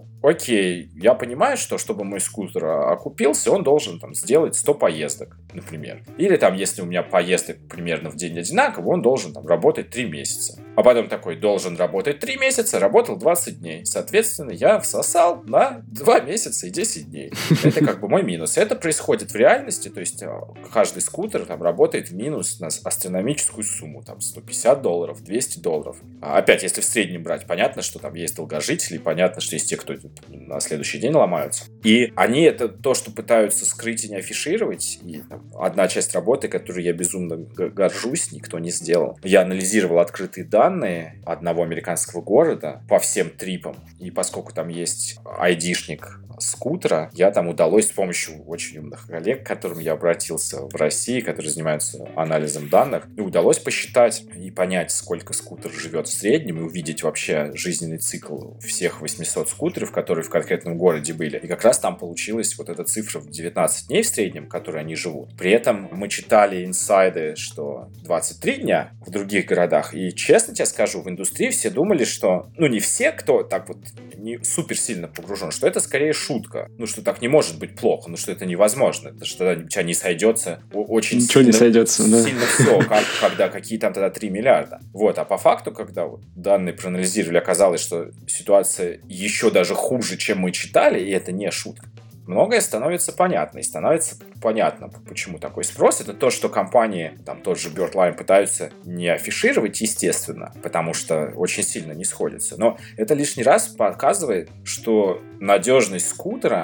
S2: окей, я понимаю, что чтобы мой скутер окупился, он должен сделать 100 поездок, например. Или если у меня поездок примерно в день одинаково, он должен работать 3 месяца. А потом такой, должен работать 3 месяца, работал 20 дней. Соответственно, я всосал на 2 месяца и 10 дней. Это мой минус. Это происходит в реальности, то есть каждый скутер работает в минус на астрономическую сумму, $150, $200. Опять, если в среднем брать, понятно, что есть долгожители, понятно, что есть те, кто на следующий день ломаются. И они это то, что пытаются скрыть и не афишировать. И одна часть работы, которой я безумно горжусь, никто не сделал. Я анализировал открытые данные одного американского города по всем трипам. И поскольку там есть айдишник скутера, удалось с помощью очень умных коллег, к которым я обратился в России, которые занимаются анализом данных, удалось посчитать и понять, сколько скутер живет в среднем, и увидеть вообще жизненный цикл всех 800 скутеров, которые в конкретном городе были. И как раз там получилась эта цифра в 19 дней в среднем, в которой они живут. При этом мы читали инсайды, что 23 дня в других городах, и честно тебе скажу, в индустрии все думали, что, не все, кто не супер сильно погружен, что это скорее шутка. Что так не может быть плохо, что это невозможно. Это что у тебя не сойдется очень
S1: Ничего
S2: сильно.
S1: Не сойдется, да.
S2: Сильно все, когда какие там тогда 3 миллиарда. А по факту, когда данные проанализировали, оказалось, что ситуация еще даже хуже, чем мы читали, и это не шутка. Многое становится понятно. И становится понятно, почему такой спрос. Это то, что компании, тот же Birdline, пытаются не афишировать, естественно, потому что очень сильно не сходятся. Но это лишний раз показывает, что надежность скутера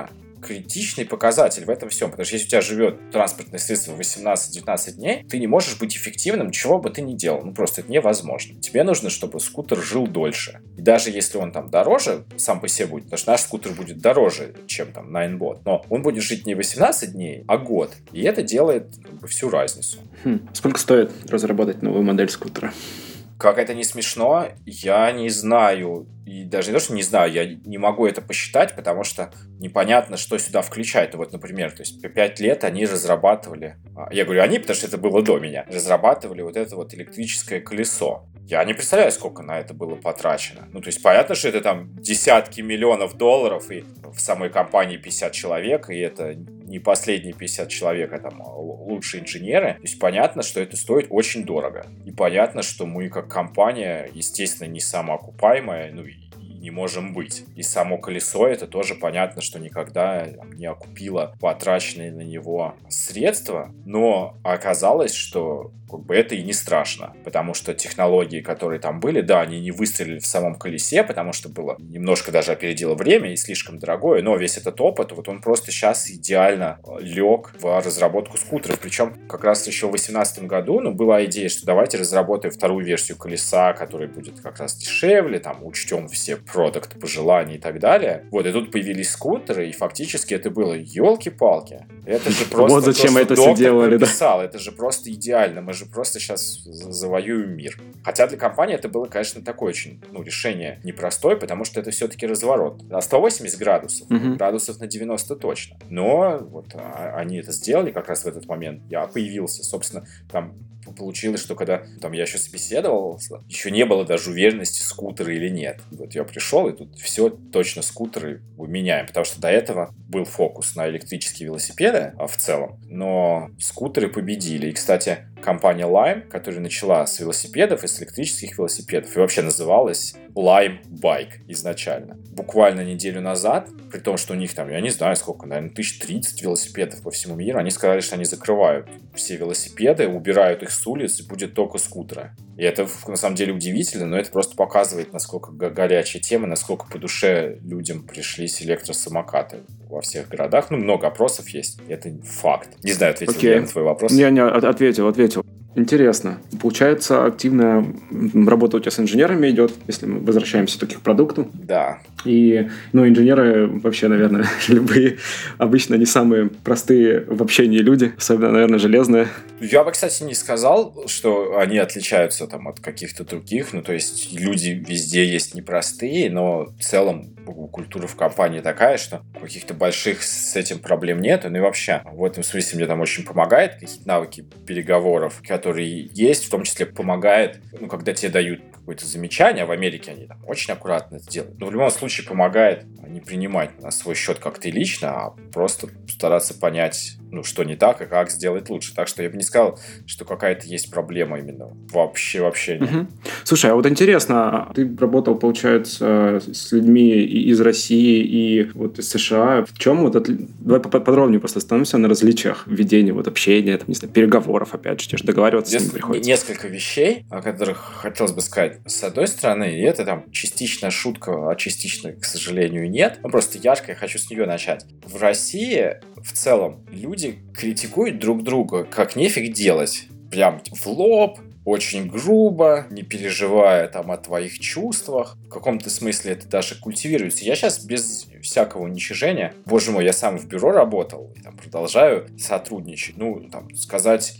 S2: критичный показатель в этом всем, потому что если у тебя живет транспортное средство 18-19 дней, ты не можешь быть эффективным, чего бы ты ни делал. Ну, просто это невозможно. Тебе нужно, чтобы скутер жил дольше. И даже если он там дороже сам по себе будет, потому что наш скутер будет дороже, чем там Ninebot, но он будет жить не 18 дней, а год. И это делает всю разницу.
S1: Сколько стоит разработать новую модель скутера?
S2: Как это не смешно, я не знаю. И даже не то, что не знаю, я не могу это посчитать, потому что непонятно, что сюда включать. Вот, например, то есть 5 лет они разрабатывали, я говорю они, потому что это было до меня, разрабатывали вот это вот электрическое колесо. Я не представляю, сколько на это было потрачено. Ну, то есть понятно, что это там десятки миллионов долларов, и в самой компании 50 человек, и это не последние 50 человек, а там лучшие инженеры. То есть понятно, что это стоит очень дорого. И понятно, что мы как компания, естественно, не самоокупаемая, ну и не можем быть. И само колесо, это тоже понятно, что никогда не окупило потраченные на него средства, но оказалось, что как бы это и не страшно, потому что технологии, которые там были, да, они не выстрелили в самом колесе, потому что было немножко даже опередило время и слишком дорогое, но весь этот опыт, вот он просто сейчас идеально лег в разработку скутеров. Причем как раз еще в 2018 году, была идея, что давайте разработаем вторую версию колеса, которая будет как раз дешевле, там учтем все продукты, пожелания и так далее. Вот, и тут появились скутеры, и фактически это было елки-палки. Это же просто
S1: вот зачем это все делали,
S2: да? Это же просто идеально. Мы же просто сейчас завоюем мир. Хотя для компании это было, конечно, такое очень, решение непростое, потому что это все-таки разворот. На 180 градусов, градусов на 90 точно. Но вот они это сделали как раз в этот момент. Я появился, собственно, там получилось, что когда там я еще собеседовал, еще не было даже уверенности, скутеры или нет. Вот я пришел, и тут все точно скутеры меняем, потому что до этого был фокус на электрические велосипеды в целом, но скутеры победили. И, кстати, компания Lime, которая начала с велосипедов и с электрических велосипедов, и вообще называлась Lime Bike изначально. Буквально неделю назад, при том, что у них там, я не знаю сколько, наверное, 1030 велосипедов по всему миру, они сказали, что они закрывают все велосипеды, убирают их с улиц, и будет только скутеры. И это, на самом деле, удивительно, но это просто показывает, насколько горячая тема, насколько по душе людям пришлись электросамокаты во всех городах. Много опросов есть, это факт. Не знаю, ответил ли я на твой вопрос.
S1: Не, ответил. Интересно. Получается, активная работа у тебя с инженерами идет, если мы возвращаемся все-таки к продукту.
S2: Да.
S1: И, инженеры вообще, наверное, любые, обычно не самые простые в общении люди, особенно, наверное, железные.
S2: Я бы, кстати, не сказал, что они отличаются там от каких-то других. То есть люди везде есть непростые, но в целом культура в компании такая, что каких-то больших с этим проблем нет. И вообще, в этом смысле мне там очень помогает какие-то навыки переговоров, которые есть, в том числе помогает, когда тебе дают какое-то замечание, а в Америке они там очень аккуратно это делают. Но в любом случае помогает не принимать на свой счет как ты лично, а просто стараться понять, что не так и как сделать лучше. Так что я бы не сказал, что какая-то есть проблема именно. Вообще нет.
S1: Слушай, а вот интересно, ты работал, получается, с людьми из России и вот из США. В чем давай подробнее просто остановимся на различиях ведения общения, переговоров, опять же, тебе же договариваться с ними приходится.
S2: Несколько вещей, о которых хотелось бы сказать. С одной стороны, и это там частично шутка, а частично, к сожалению, нет. Просто ярко, я хочу с нее начать. В России в целом люди критикуют друг друга, как нефиг делать. Прям в лоб, очень грубо, не переживая о твоих чувствах. В каком-то смысле это даже культивируется. Я сейчас без всякого уничижения, боже мой, я сам в бюро работал и продолжаю сотрудничать. Сказать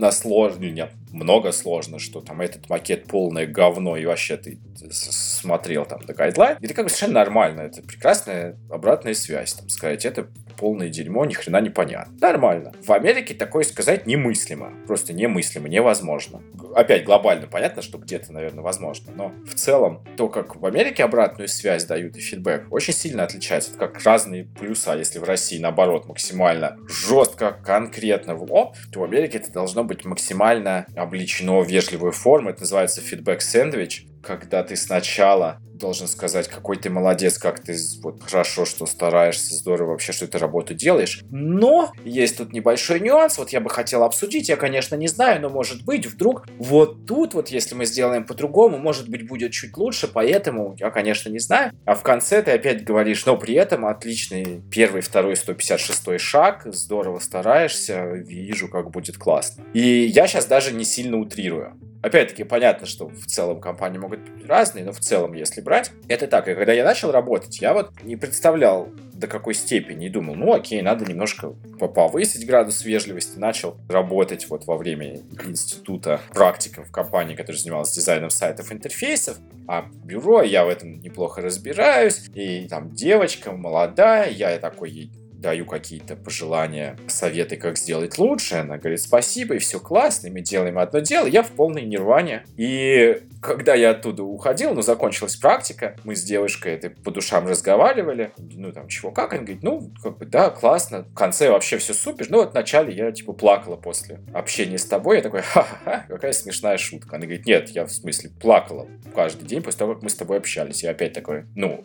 S2: много сложно, что этот макет полное говно, и вообще ты смотрел до гайдлайн. Это совершенно нормально. Это прекрасная обратная связь. Сказать, это полное дерьмо, ни хрена не понятно. Нормально. В Америке такое сказать немыслимо. Просто немыслимо, невозможно. Опять глобально понятно, что где-то, наверное, возможно. Но в целом, то, как в Америке обратную связь дают и фидбэк, очень сильно отличается. Это как разные плюса. Если в России, наоборот, максимально жестко, конкретно в лоб, то в Америке это должно быть максимально облечено в вежливую форму. Это называется фидбэк-сэндвич, когда ты сначала должен сказать, какой ты молодец, как ты вот хорошо, что стараешься, здорово вообще, что ты работу делаешь. Но есть тут небольшой нюанс, вот я бы хотел обсудить, я, конечно, не знаю, но может быть, вдруг вот тут вот, если мы сделаем по-другому, может быть, будет чуть лучше, поэтому я, конечно, не знаю. А в конце ты опять говоришь, но при этом отличный первый, второй, 156-й шаг, здорово стараешься, вижу, как будет классно. И я сейчас даже не сильно утрирую. Опять-таки, понятно, что в целом компании могут быть разные, но в целом, если брать, это так. И когда я начал работать, я вот не представлял, до какой степени, и думал, ну окей, надо немножко повысить градус вежливости. Начал работать вот во время института практиком в компании, которая занималась дизайном сайтов, интерфейсов. А бюро, я в этом неплохо разбираюсь. И там девочка молодая, я такой ей даю какие-то пожелания, советы, как сделать лучше. Она говорит, спасибо, и все классно, и мы делаем одно дело. Я в полной нирване. И когда я оттуда уходил, закончилась практика, мы с девушкой этой по душам разговаривали. Чего, как? Она говорит, да, классно. В конце вообще все супер. Вот вначале я, плакала после общения с тобой. Я такой, ха-ха-ха, какая смешная шутка. Она говорит, нет, я в смысле плакала каждый день после того, как мы с тобой общались. Я опять такой,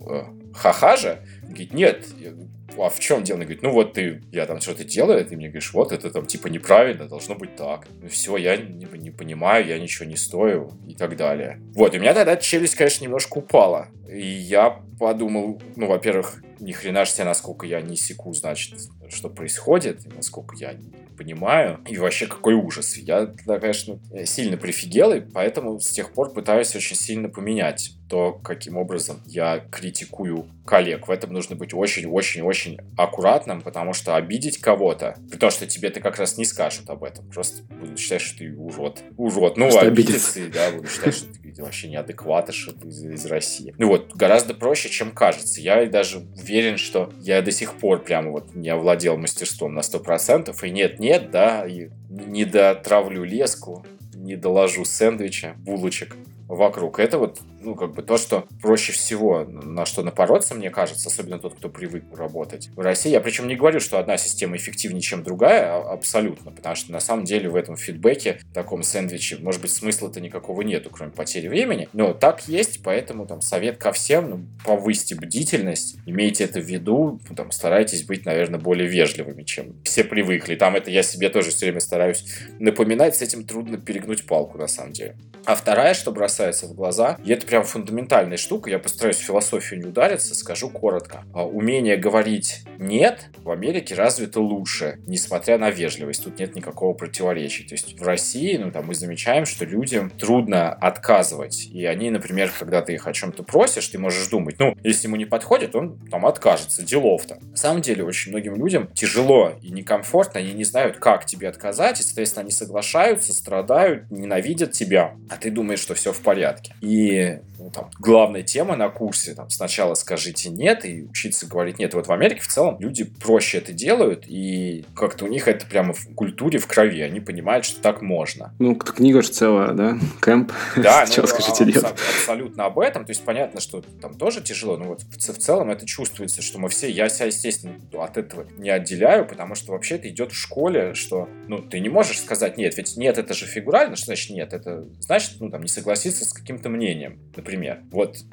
S2: ха-ха же? Она говорит, нет, а в чем дело? Она говорит, я там что-то делаю, ты мне говоришь, вот это там неправильно, должно быть так. Все, я не понимаю, я ничего не стою и так далее. Вот, и у меня тогда челюсть, конечно, немножко упала. И я подумал, во-первых, ни хрена ж себе, насколько я не секу, значит, что происходит, и насколько я не понимаю. И вообще, какой ужас. Я тогда, конечно, сильно прифигел, и поэтому с тех пор пытаюсь очень сильно поменять то, каким образом я критикую коллег. В этом нужно быть очень-очень-очень аккуратным, потому что обидеть кого-то, при том, что тебе-то как раз не скажут об этом, просто будут считать, что ты урод. Обидеться, да, будут считать, что ты вообще неадекватно, что ты из России. Гораздо проще, чем кажется. Я даже уверен, что я до сих пор прямо не овладел мастерством на 100%, и нет, да, и не дотравлю леску, не доложу сэндвича, булочек вокруг. Это то, что проще всего, на что напороться, мне кажется, особенно тот, кто привык работать в России. Я причем не говорю, что одна система эффективнее, чем другая, абсолютно, потому что на самом деле в этом фидбэке, в таком сэндвиче, может быть, смысла-то никакого нету, кроме потери времени, но так есть, поэтому совет ко всем, повысьте бдительность, имейте это в виду, старайтесь быть, наверное, более вежливыми, чем все привыкли. Это я себе тоже все время стараюсь напоминать, с этим трудно перегнуть палку, на самом деле. А вторая, что бросается в глаза, и это прям фундаментальная штука, я постараюсь в философию не удариться, скажу коротко. Умение говорить «нет» в Америке развито лучше, несмотря на вежливость. Тут нет никакого противоречия. То есть в России, мы замечаем, что людям трудно отказывать. И они, например, когда ты их о чем-то просишь, ты можешь думать, если ему не подходит, он откажется, делов-то. На самом деле, очень многим людям тяжело и некомфортно, они не знают, как тебе отказать, и, соответственно, они соглашаются, страдают, ненавидят тебя, а ты думаешь, что все в порядке. И главная тема на курсе, сначала скажите «нет» и учиться говорить «нет». В Америке в целом люди проще это делают, и как-то у них это прямо в культуре, в крови. Они понимают, что так можно.
S1: Книга же целая, да? Кэмп.
S2: Да,
S1: скажите «нет».
S2: Абсолютно об этом. То есть понятно, что там тоже тяжело, но в целом это чувствуется, что мы все, я себя, естественно, от этого не отделяю, потому что вообще это идет в школе, что, ты не можешь сказать «нет», ведь «нет» это же фигурально, что значит «нет»? Это значит, не согласиться с каким-то мнением, например.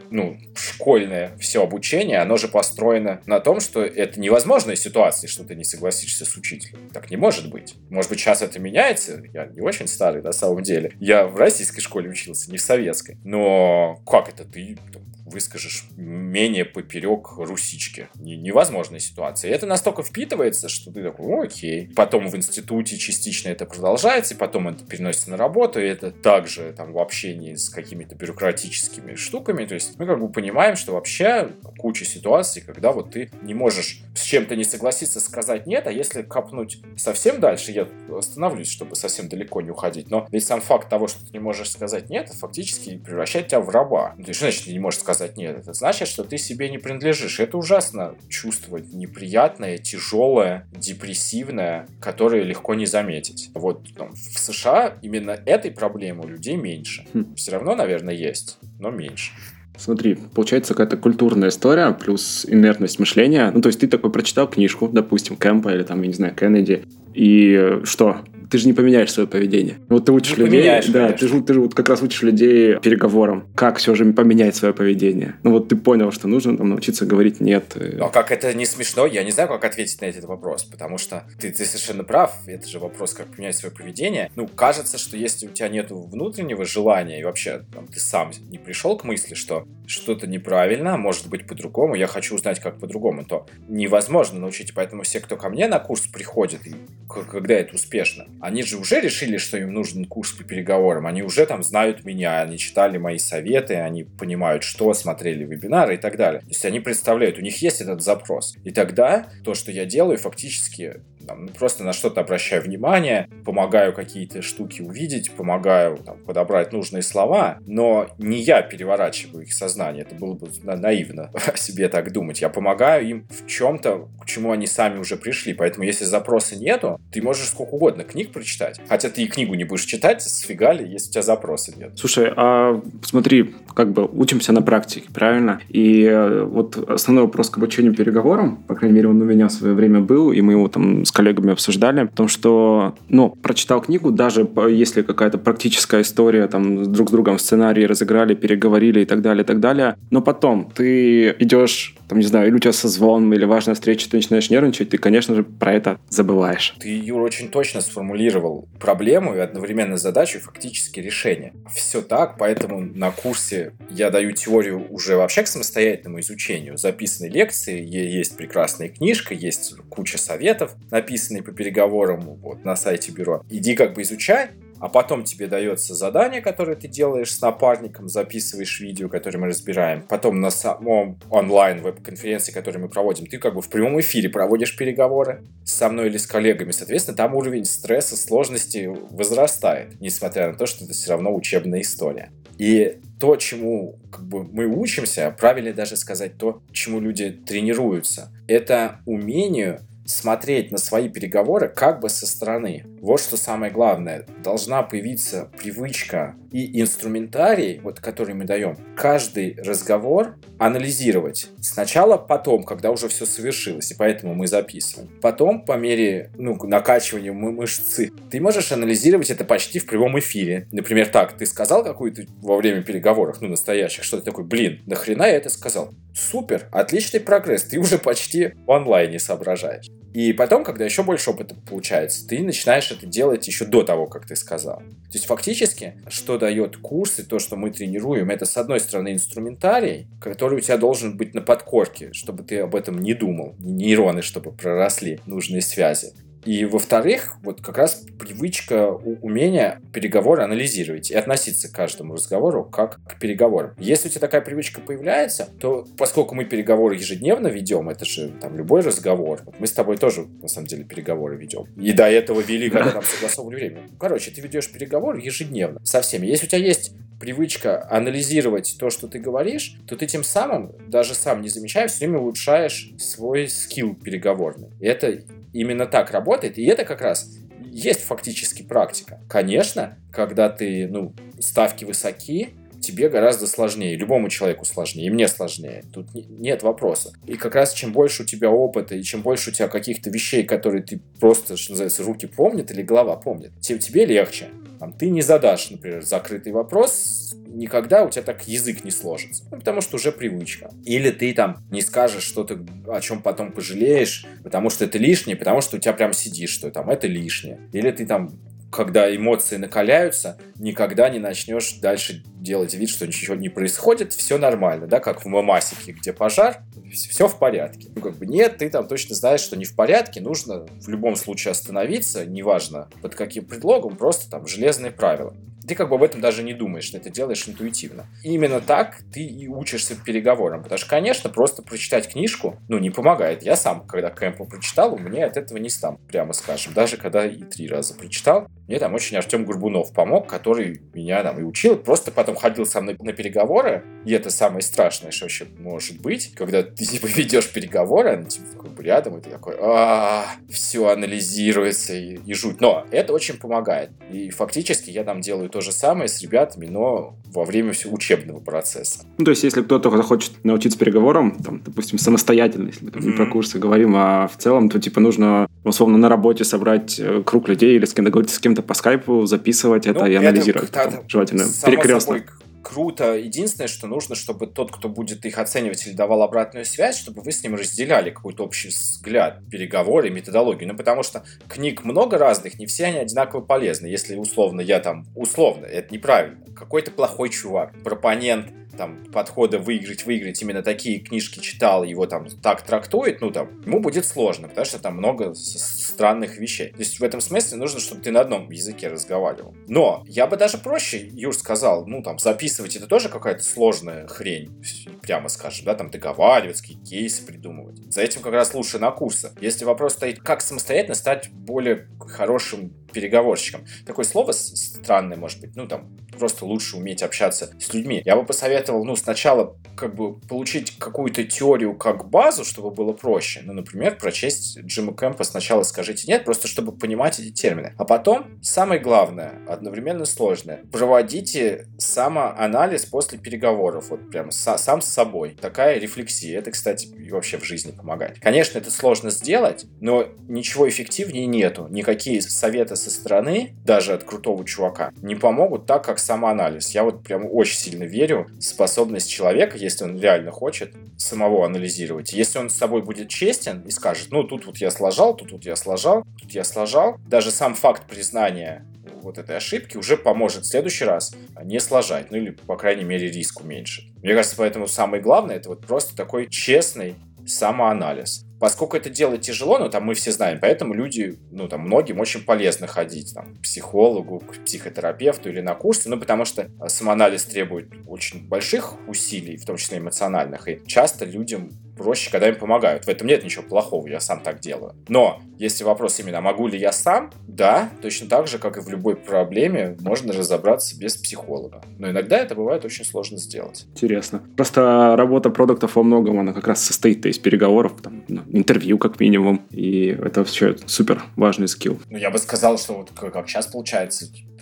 S2: Школьное все обучение, оно же построено на том, что это невозможная ситуация, что ты не согласишься с учителем. Так не может быть. Может быть, сейчас это меняется. Я не очень старый, на самом деле. Я в российской школе учился, не в советской. Но как это ты выскажешь менее поперек русички? Невозможная ситуация. И это настолько впитывается, что ты такой, окей. Потом в институте частично это продолжается, и потом это переносится на работу, и это также в общении с какими-то бюрократическими штуками. То есть мы понимаем, что вообще куча ситуаций, когда ты не можешь с чем-то не согласиться, сказать нет, а если копнуть совсем дальше, я остановлюсь, чтобы совсем далеко не уходить, но ведь сам факт того, что ты не можешь сказать нет, фактически превращает тебя в раба. То есть, что значит ты не можешь сказать нет? Это значит, что ты себе не принадлежишь. Это ужасно чувство неприятное, тяжелое, депрессивное, которое легко не заметить. В США именно этой проблемы у людей меньше. Все равно, наверное, есть, но меньше.
S1: Смотри, получается какая-то культурная история плюс инертность мышления. То есть ты такой прочитал книжку, допустим, Кэмпа или я не знаю, Кеннеди, и что? ты же не поменяешь свое поведение. Вот ты учишь людей, да, ты же вот как раз учишь людей переговорам, как все же поменять свое поведение. Ну вот ты понял, что нужно там научиться говорить «нет».
S2: Но как это не смешно, я не знаю, как ответить на этот вопрос, потому что ты совершенно прав, это же вопрос, как поменять свое поведение. Ну, кажется, что если у тебя нет внутреннего желания, и вообще там, ты сам не пришел к мысли, что что-то неправильно, может быть по-другому, я хочу узнать, как по-другому, то невозможно научить. Поэтому все, кто ко мне на курс приходит, и когда это успешно, они же уже решили, что им нужен курс по переговорам, они уже там знают меня, они читали мои советы, они понимают, что, смотрели вебинары и так далее. То есть они представляют, у них есть этот запрос. И тогда то, что я делаю, фактически просто на что-то обращаю внимание, помогаю какие-то штуки увидеть, помогаю подобрать нужные слова, но не я переворачиваю их сознание, это было бы наивно о себе так думать. Я помогаю им в чем-то, к чему они сами уже пришли, поэтому если запроса нету, ты можешь сколько угодно книг прочитать, хотя ты и книгу не будешь читать, сфига ли, если у тебя запроса нет.
S1: Слушай, а смотри, как бы учимся на практике, правильно? И вот основной вопрос к обучению переговорам, по крайней мере, он у меня в свое время был, и мы его там с коллегами обсуждали, потому что, прочитал книгу, даже если какая-то практическая история, там, друг с другом сценарий разыграли, переговорили и так далее, но потом ты идешь, там, не знаю, или у тебя созвон, или важная встреча, ты начинаешь нервничать, ты, конечно же, про это забываешь.
S2: Ты, Юр, очень точно сформулировал проблему и одновременно задачу, и фактически решение. Все так, поэтому на курсе я даю теорию уже вообще к самостоятельному изучению. Записаны лекции, есть прекрасная книжка, есть куча советов, написанные по переговорам вот, на сайте бюро. Иди изучай, а потом тебе дается задание, которое ты делаешь с напарником, записываешь видео, которое мы разбираем. Потом на самом онлайн веб-конференции, которую мы проводим, ты в прямом эфире проводишь переговоры со мной или с коллегами. Соответственно, там уровень стресса, сложности возрастает, несмотря на то, что это все равно учебная история. И то, чему мы учимся, правильнее даже сказать то, чему люди тренируются, это умению смотреть на свои переговоры со стороны. Вот что самое главное. Должна появиться привычка и инструментарий, который мы даем, каждый разговор анализировать. Сначала потом, когда уже все совершилось, и поэтому мы записываем. Потом, по мере накачивания мышцы, ты можешь анализировать это почти в прямом эфире. Например, так, ты сказал какую-то во время переговоров, настоящих, что ты такой, нахрена я это сказал? Супер, отличный прогресс, ты уже почти в онлайне соображаешь. И потом, когда еще больше опыта получается, ты начинаешь это делать еще до того, как ты сказал. То есть фактически, что дает курс и то, что мы тренируем, это с одной стороны инструментарий, который у тебя должен быть на подкорке, чтобы ты об этом не думал, нейроны, чтобы проросли нужные связи. И, во-вторых, как раз привычка, умение переговоры анализировать и относиться к каждому разговору как к переговорам. Если у тебя такая привычка появляется, то, поскольку мы переговоры ежедневно ведем, это же любой разговор, мы с тобой тоже, на самом деле, переговоры ведем. И до этого вели, когда нам согласовывали время. Ты ведешь переговоры ежедневно со всеми. Если у тебя есть привычка анализировать то, что ты говоришь, то ты тем самым, даже сам не замечая, все время улучшаешь свой скилл переговорный. И это именно так работает, и это как раз есть фактически практика. Конечно, когда ты, ставки высоки, тебе гораздо сложнее, любому человеку сложнее, и мне сложнее. Тут нет вопроса. И как раз чем больше у тебя опыта, и чем больше у тебя каких-то вещей, которые ты просто, что называется, руки помнят или голова помнит, тем тебе легче. Ты не задашь, например, закрытый вопрос, никогда у тебя так язык не сложится. Потому что уже привычка. Или ты не скажешь что-то, о чем потом пожалеешь, потому что это лишнее, потому что у тебя прям сидишь, что это лишнее. Или ты когда эмоции накаляются, никогда не начнешь дальше делать вид, что ничего не происходит, все нормально, да, как в «Мамасике», где пожар, все в порядке. Нет, ты точно знаешь, что не в порядке, нужно в любом случае остановиться, неважно под каким предлогом, просто железные правила. Ты об этом даже не думаешь, ты это делаешь интуитивно. И именно так ты и учишься переговорам. Потому что, конечно, просто прочитать книжку, не помогает. Я сам, когда Кэмпа прочитал, у меня от этого не стало, прямо скажем. Даже когда и 3 раза прочитал, мне очень Артем Горбунов помог, который меня и учил. Просто потом ходил со мной на переговоры. И это самое страшное, что вообще может быть, когда ты ведешь переговоры, она рядом, и ты такой, все анализируется и жуть. Но это очень помогает. И фактически я делаю то же самое с ребятами, но во время всего учебного процесса.
S1: Ну, то есть, если кто-то захочет научиться переговорам, там, допустим, самостоятельно, если мы там не про курсы говорим, а в целом, то, типа, нужно, условно, на работе собрать круг людей или с кем-то договориться, с кем-то по скайпу, записывать это и анализировать. Потом, желательно перекрестно.
S2: Круто. Единственное, что нужно, чтобы тот, кто будет их оценивать или давал обратную связь, чтобы вы с ним разделяли какой-то общий взгляд, переговоры, методологию. Ну, потому что книг много разных, не все они одинаково полезны. Если условно, это неправильно. Какой-то плохой чувак, пропонент, там, подхода выиграть, именно такие книжки читал, его там так трактует, ему будет сложно, потому что там много странных вещей. То есть в этом смысле нужно, чтобы ты на одном языке разговаривал. Но я бы даже проще, Юр, сказал, записывать это тоже какая-то сложная хрень, прямо скажем, да, там договариваться, какие кейсы придумывать. За этим как раз лучше на курсы. Если вопрос стоит, как самостоятельно стать более хорошим переговорщиком. Такое слово странное, может быть, просто лучше уметь общаться с людьми. Я бы посоветовал, сначала получить какую-то теорию как базу, чтобы было проще. Например, прочесть Джима Кэмпа «Сначала скажите нет», просто чтобы понимать эти термины. А потом, самое главное, одновременно сложное, проводите самоанализ после переговоров, вот прямо сам с собой. Такая рефлексия. Это, кстати, и вообще в жизни помогает. Конечно, это сложно сделать, но ничего эффективнее нету. Никакие советы со стороны, даже от крутого чувака, не помогут так, как самоанализ. Я вот прям очень сильно верю в способность человека, если он реально хочет, самого анализировать. Если он с собой будет честен и скажет, тут вот я сложал, тут я сложал, даже сам факт признания вот этой ошибки уже поможет в следующий раз не сложать, или, по крайней мере, риск уменьшит. Мне кажется, поэтому самое главное, это вот просто такой честный самоанализ. Поскольку это делать тяжело, мы все знаем, поэтому люди, многим очень полезно ходить к психологу, к психотерапевту или на курсы, потому что самоанализ требует очень больших усилий, в том числе эмоциональных, и часто людям проще, когда им помогают. В этом нет ничего плохого, я сам так делаю. Но если вопрос именно, могу ли я сам? Да, точно так же, как и в любой проблеме, можно разобраться без психолога. Но иногда это бывает очень сложно сделать.
S1: Интересно. Просто работа продуктов во многом, она как раз состоит из переговоров, интервью как минимум, и это все супер важный скилл.
S2: Я бы сказал, что вот как сейчас получается,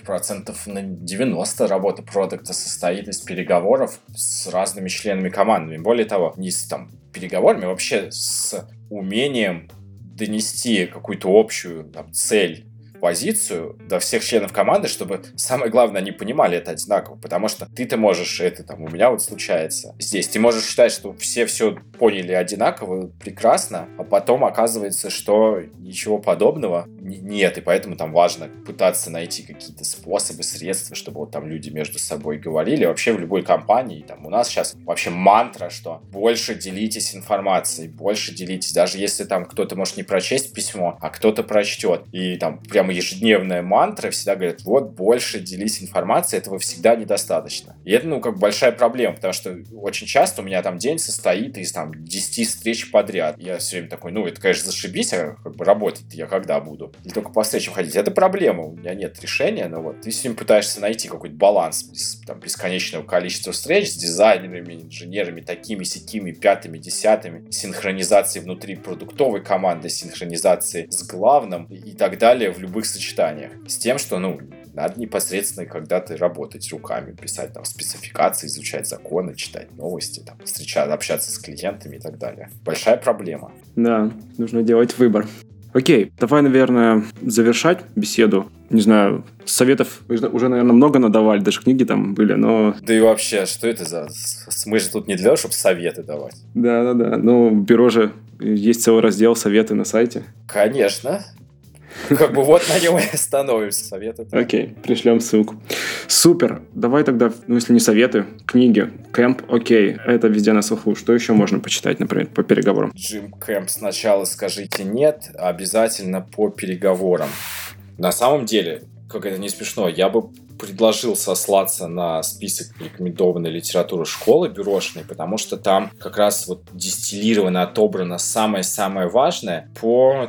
S2: 90% работы продукта состоит из переговоров с разными членами команды. Более того, не с переговорами, а вообще с умением донести какую-то общую цель, позицию до всех членов команды, чтобы, самое главное, они понимали это одинаково, потому что ты-то можешь у меня вот случается здесь, ты можешь считать, что все поняли одинаково, прекрасно, а потом оказывается, что ничего подобного нет, и поэтому важно пытаться найти какие-то способы, средства, чтобы люди между собой говорили. Вообще в любой компании, у нас сейчас вообще мантра, что больше делитесь информацией, больше делитесь, даже если кто-то может не прочесть письмо, а кто-то прочтет, и прямо ежедневная мантра, всегда говорят, больше делись информацией, этого всегда недостаточно. И это, большая проблема, потому что очень часто у меня день состоит из 10 встреч подряд. Я все время такой, это, конечно, зашибись, а работать я когда буду? Или только по встречам ходить? Это проблема, у меня нет решения, но ты с ним пытаешься найти какой-то баланс бесконечного количества встреч с дизайнерами, инженерами, такими, сякими, пятыми, десятыми, синхронизацией внутри продуктовой команды, синхронизацией с главным и так далее в любых сочетаниях. С тем, что, надо непосредственно когда-то работать руками, писать спецификации, изучать законы, читать новости, встречаться, общаться с клиентами и так далее. Большая проблема.
S1: Да, нужно делать выбор. Окей, давай, наверное, завершать беседу. Не знаю, советов уже, наверное, много надавали, даже книги были, но...
S2: Да и вообще, что это за... Мы же тут не для того, чтобы советы давать.
S1: Да. В бюро же есть целый раздел «Советы» на сайте.
S2: Конечно. Вот на нем и остановимся. Советы.
S1: Окей, пришлем ссылку. Супер. Давай тогда, если не советы, книги. Кэмп, окей, это везде на слуху. Что еще можно почитать, например, по переговорам?
S2: Джим Кэмп «Сначала скажите нет», обязательно по переговорам. На самом деле, как это не смешно, я бы предложил сослаться на список рекомендованной литературы школы бюрошной, потому что там как раз дистиллировано, отобрано самое-самое важное по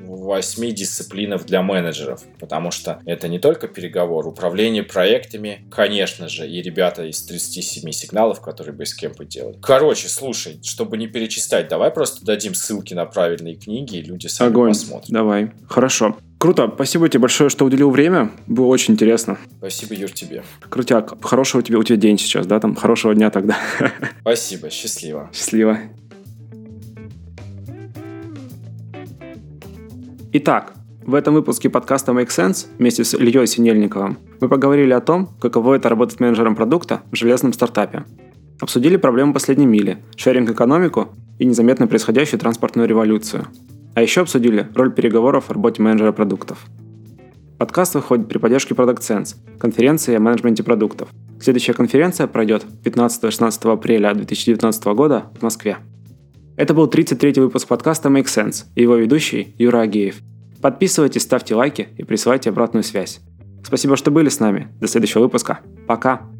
S2: 8 дисциплинах для менеджеров, потому что это не только переговор, управление проектами, конечно же, и ребята из 37 сигналов, которые Basecamp делают. Короче, слушай, чтобы не перечислять, давай просто дадим ссылки на правильные книги, и люди сами посмотрят.
S1: Давай. Хорошо. Круто, спасибо тебе большое, что уделил время. Было очень интересно.
S2: Спасибо, Юр, тебе.
S1: Крутяк. Хорошего у тебя день сейчас, да? Там хорошего дня тогда.
S2: Спасибо, счастливо.
S1: Счастливо. Итак, в этом выпуске подкаста Make Sense вместе с Ильей Синельниковым мы поговорили о том, каково это работать менеджером продукта в железном стартапе. Обсудили проблему последней мили, шеринг-экономику и незаметно происходящую транспортную революцию. А еще обсудили роль переговоров в работе менеджера продуктов. Подкаст выходит при поддержке Product Sense, конференции о менеджменте продуктов. Следующая конференция пройдет 15-16 апреля 2019 года в Москве. Это был 33-й выпуск подкаста Make Sense и его ведущий Юра Агеев. Подписывайтесь, ставьте лайки и присылайте обратную связь. Спасибо, что были с нами. До следующего выпуска. Пока!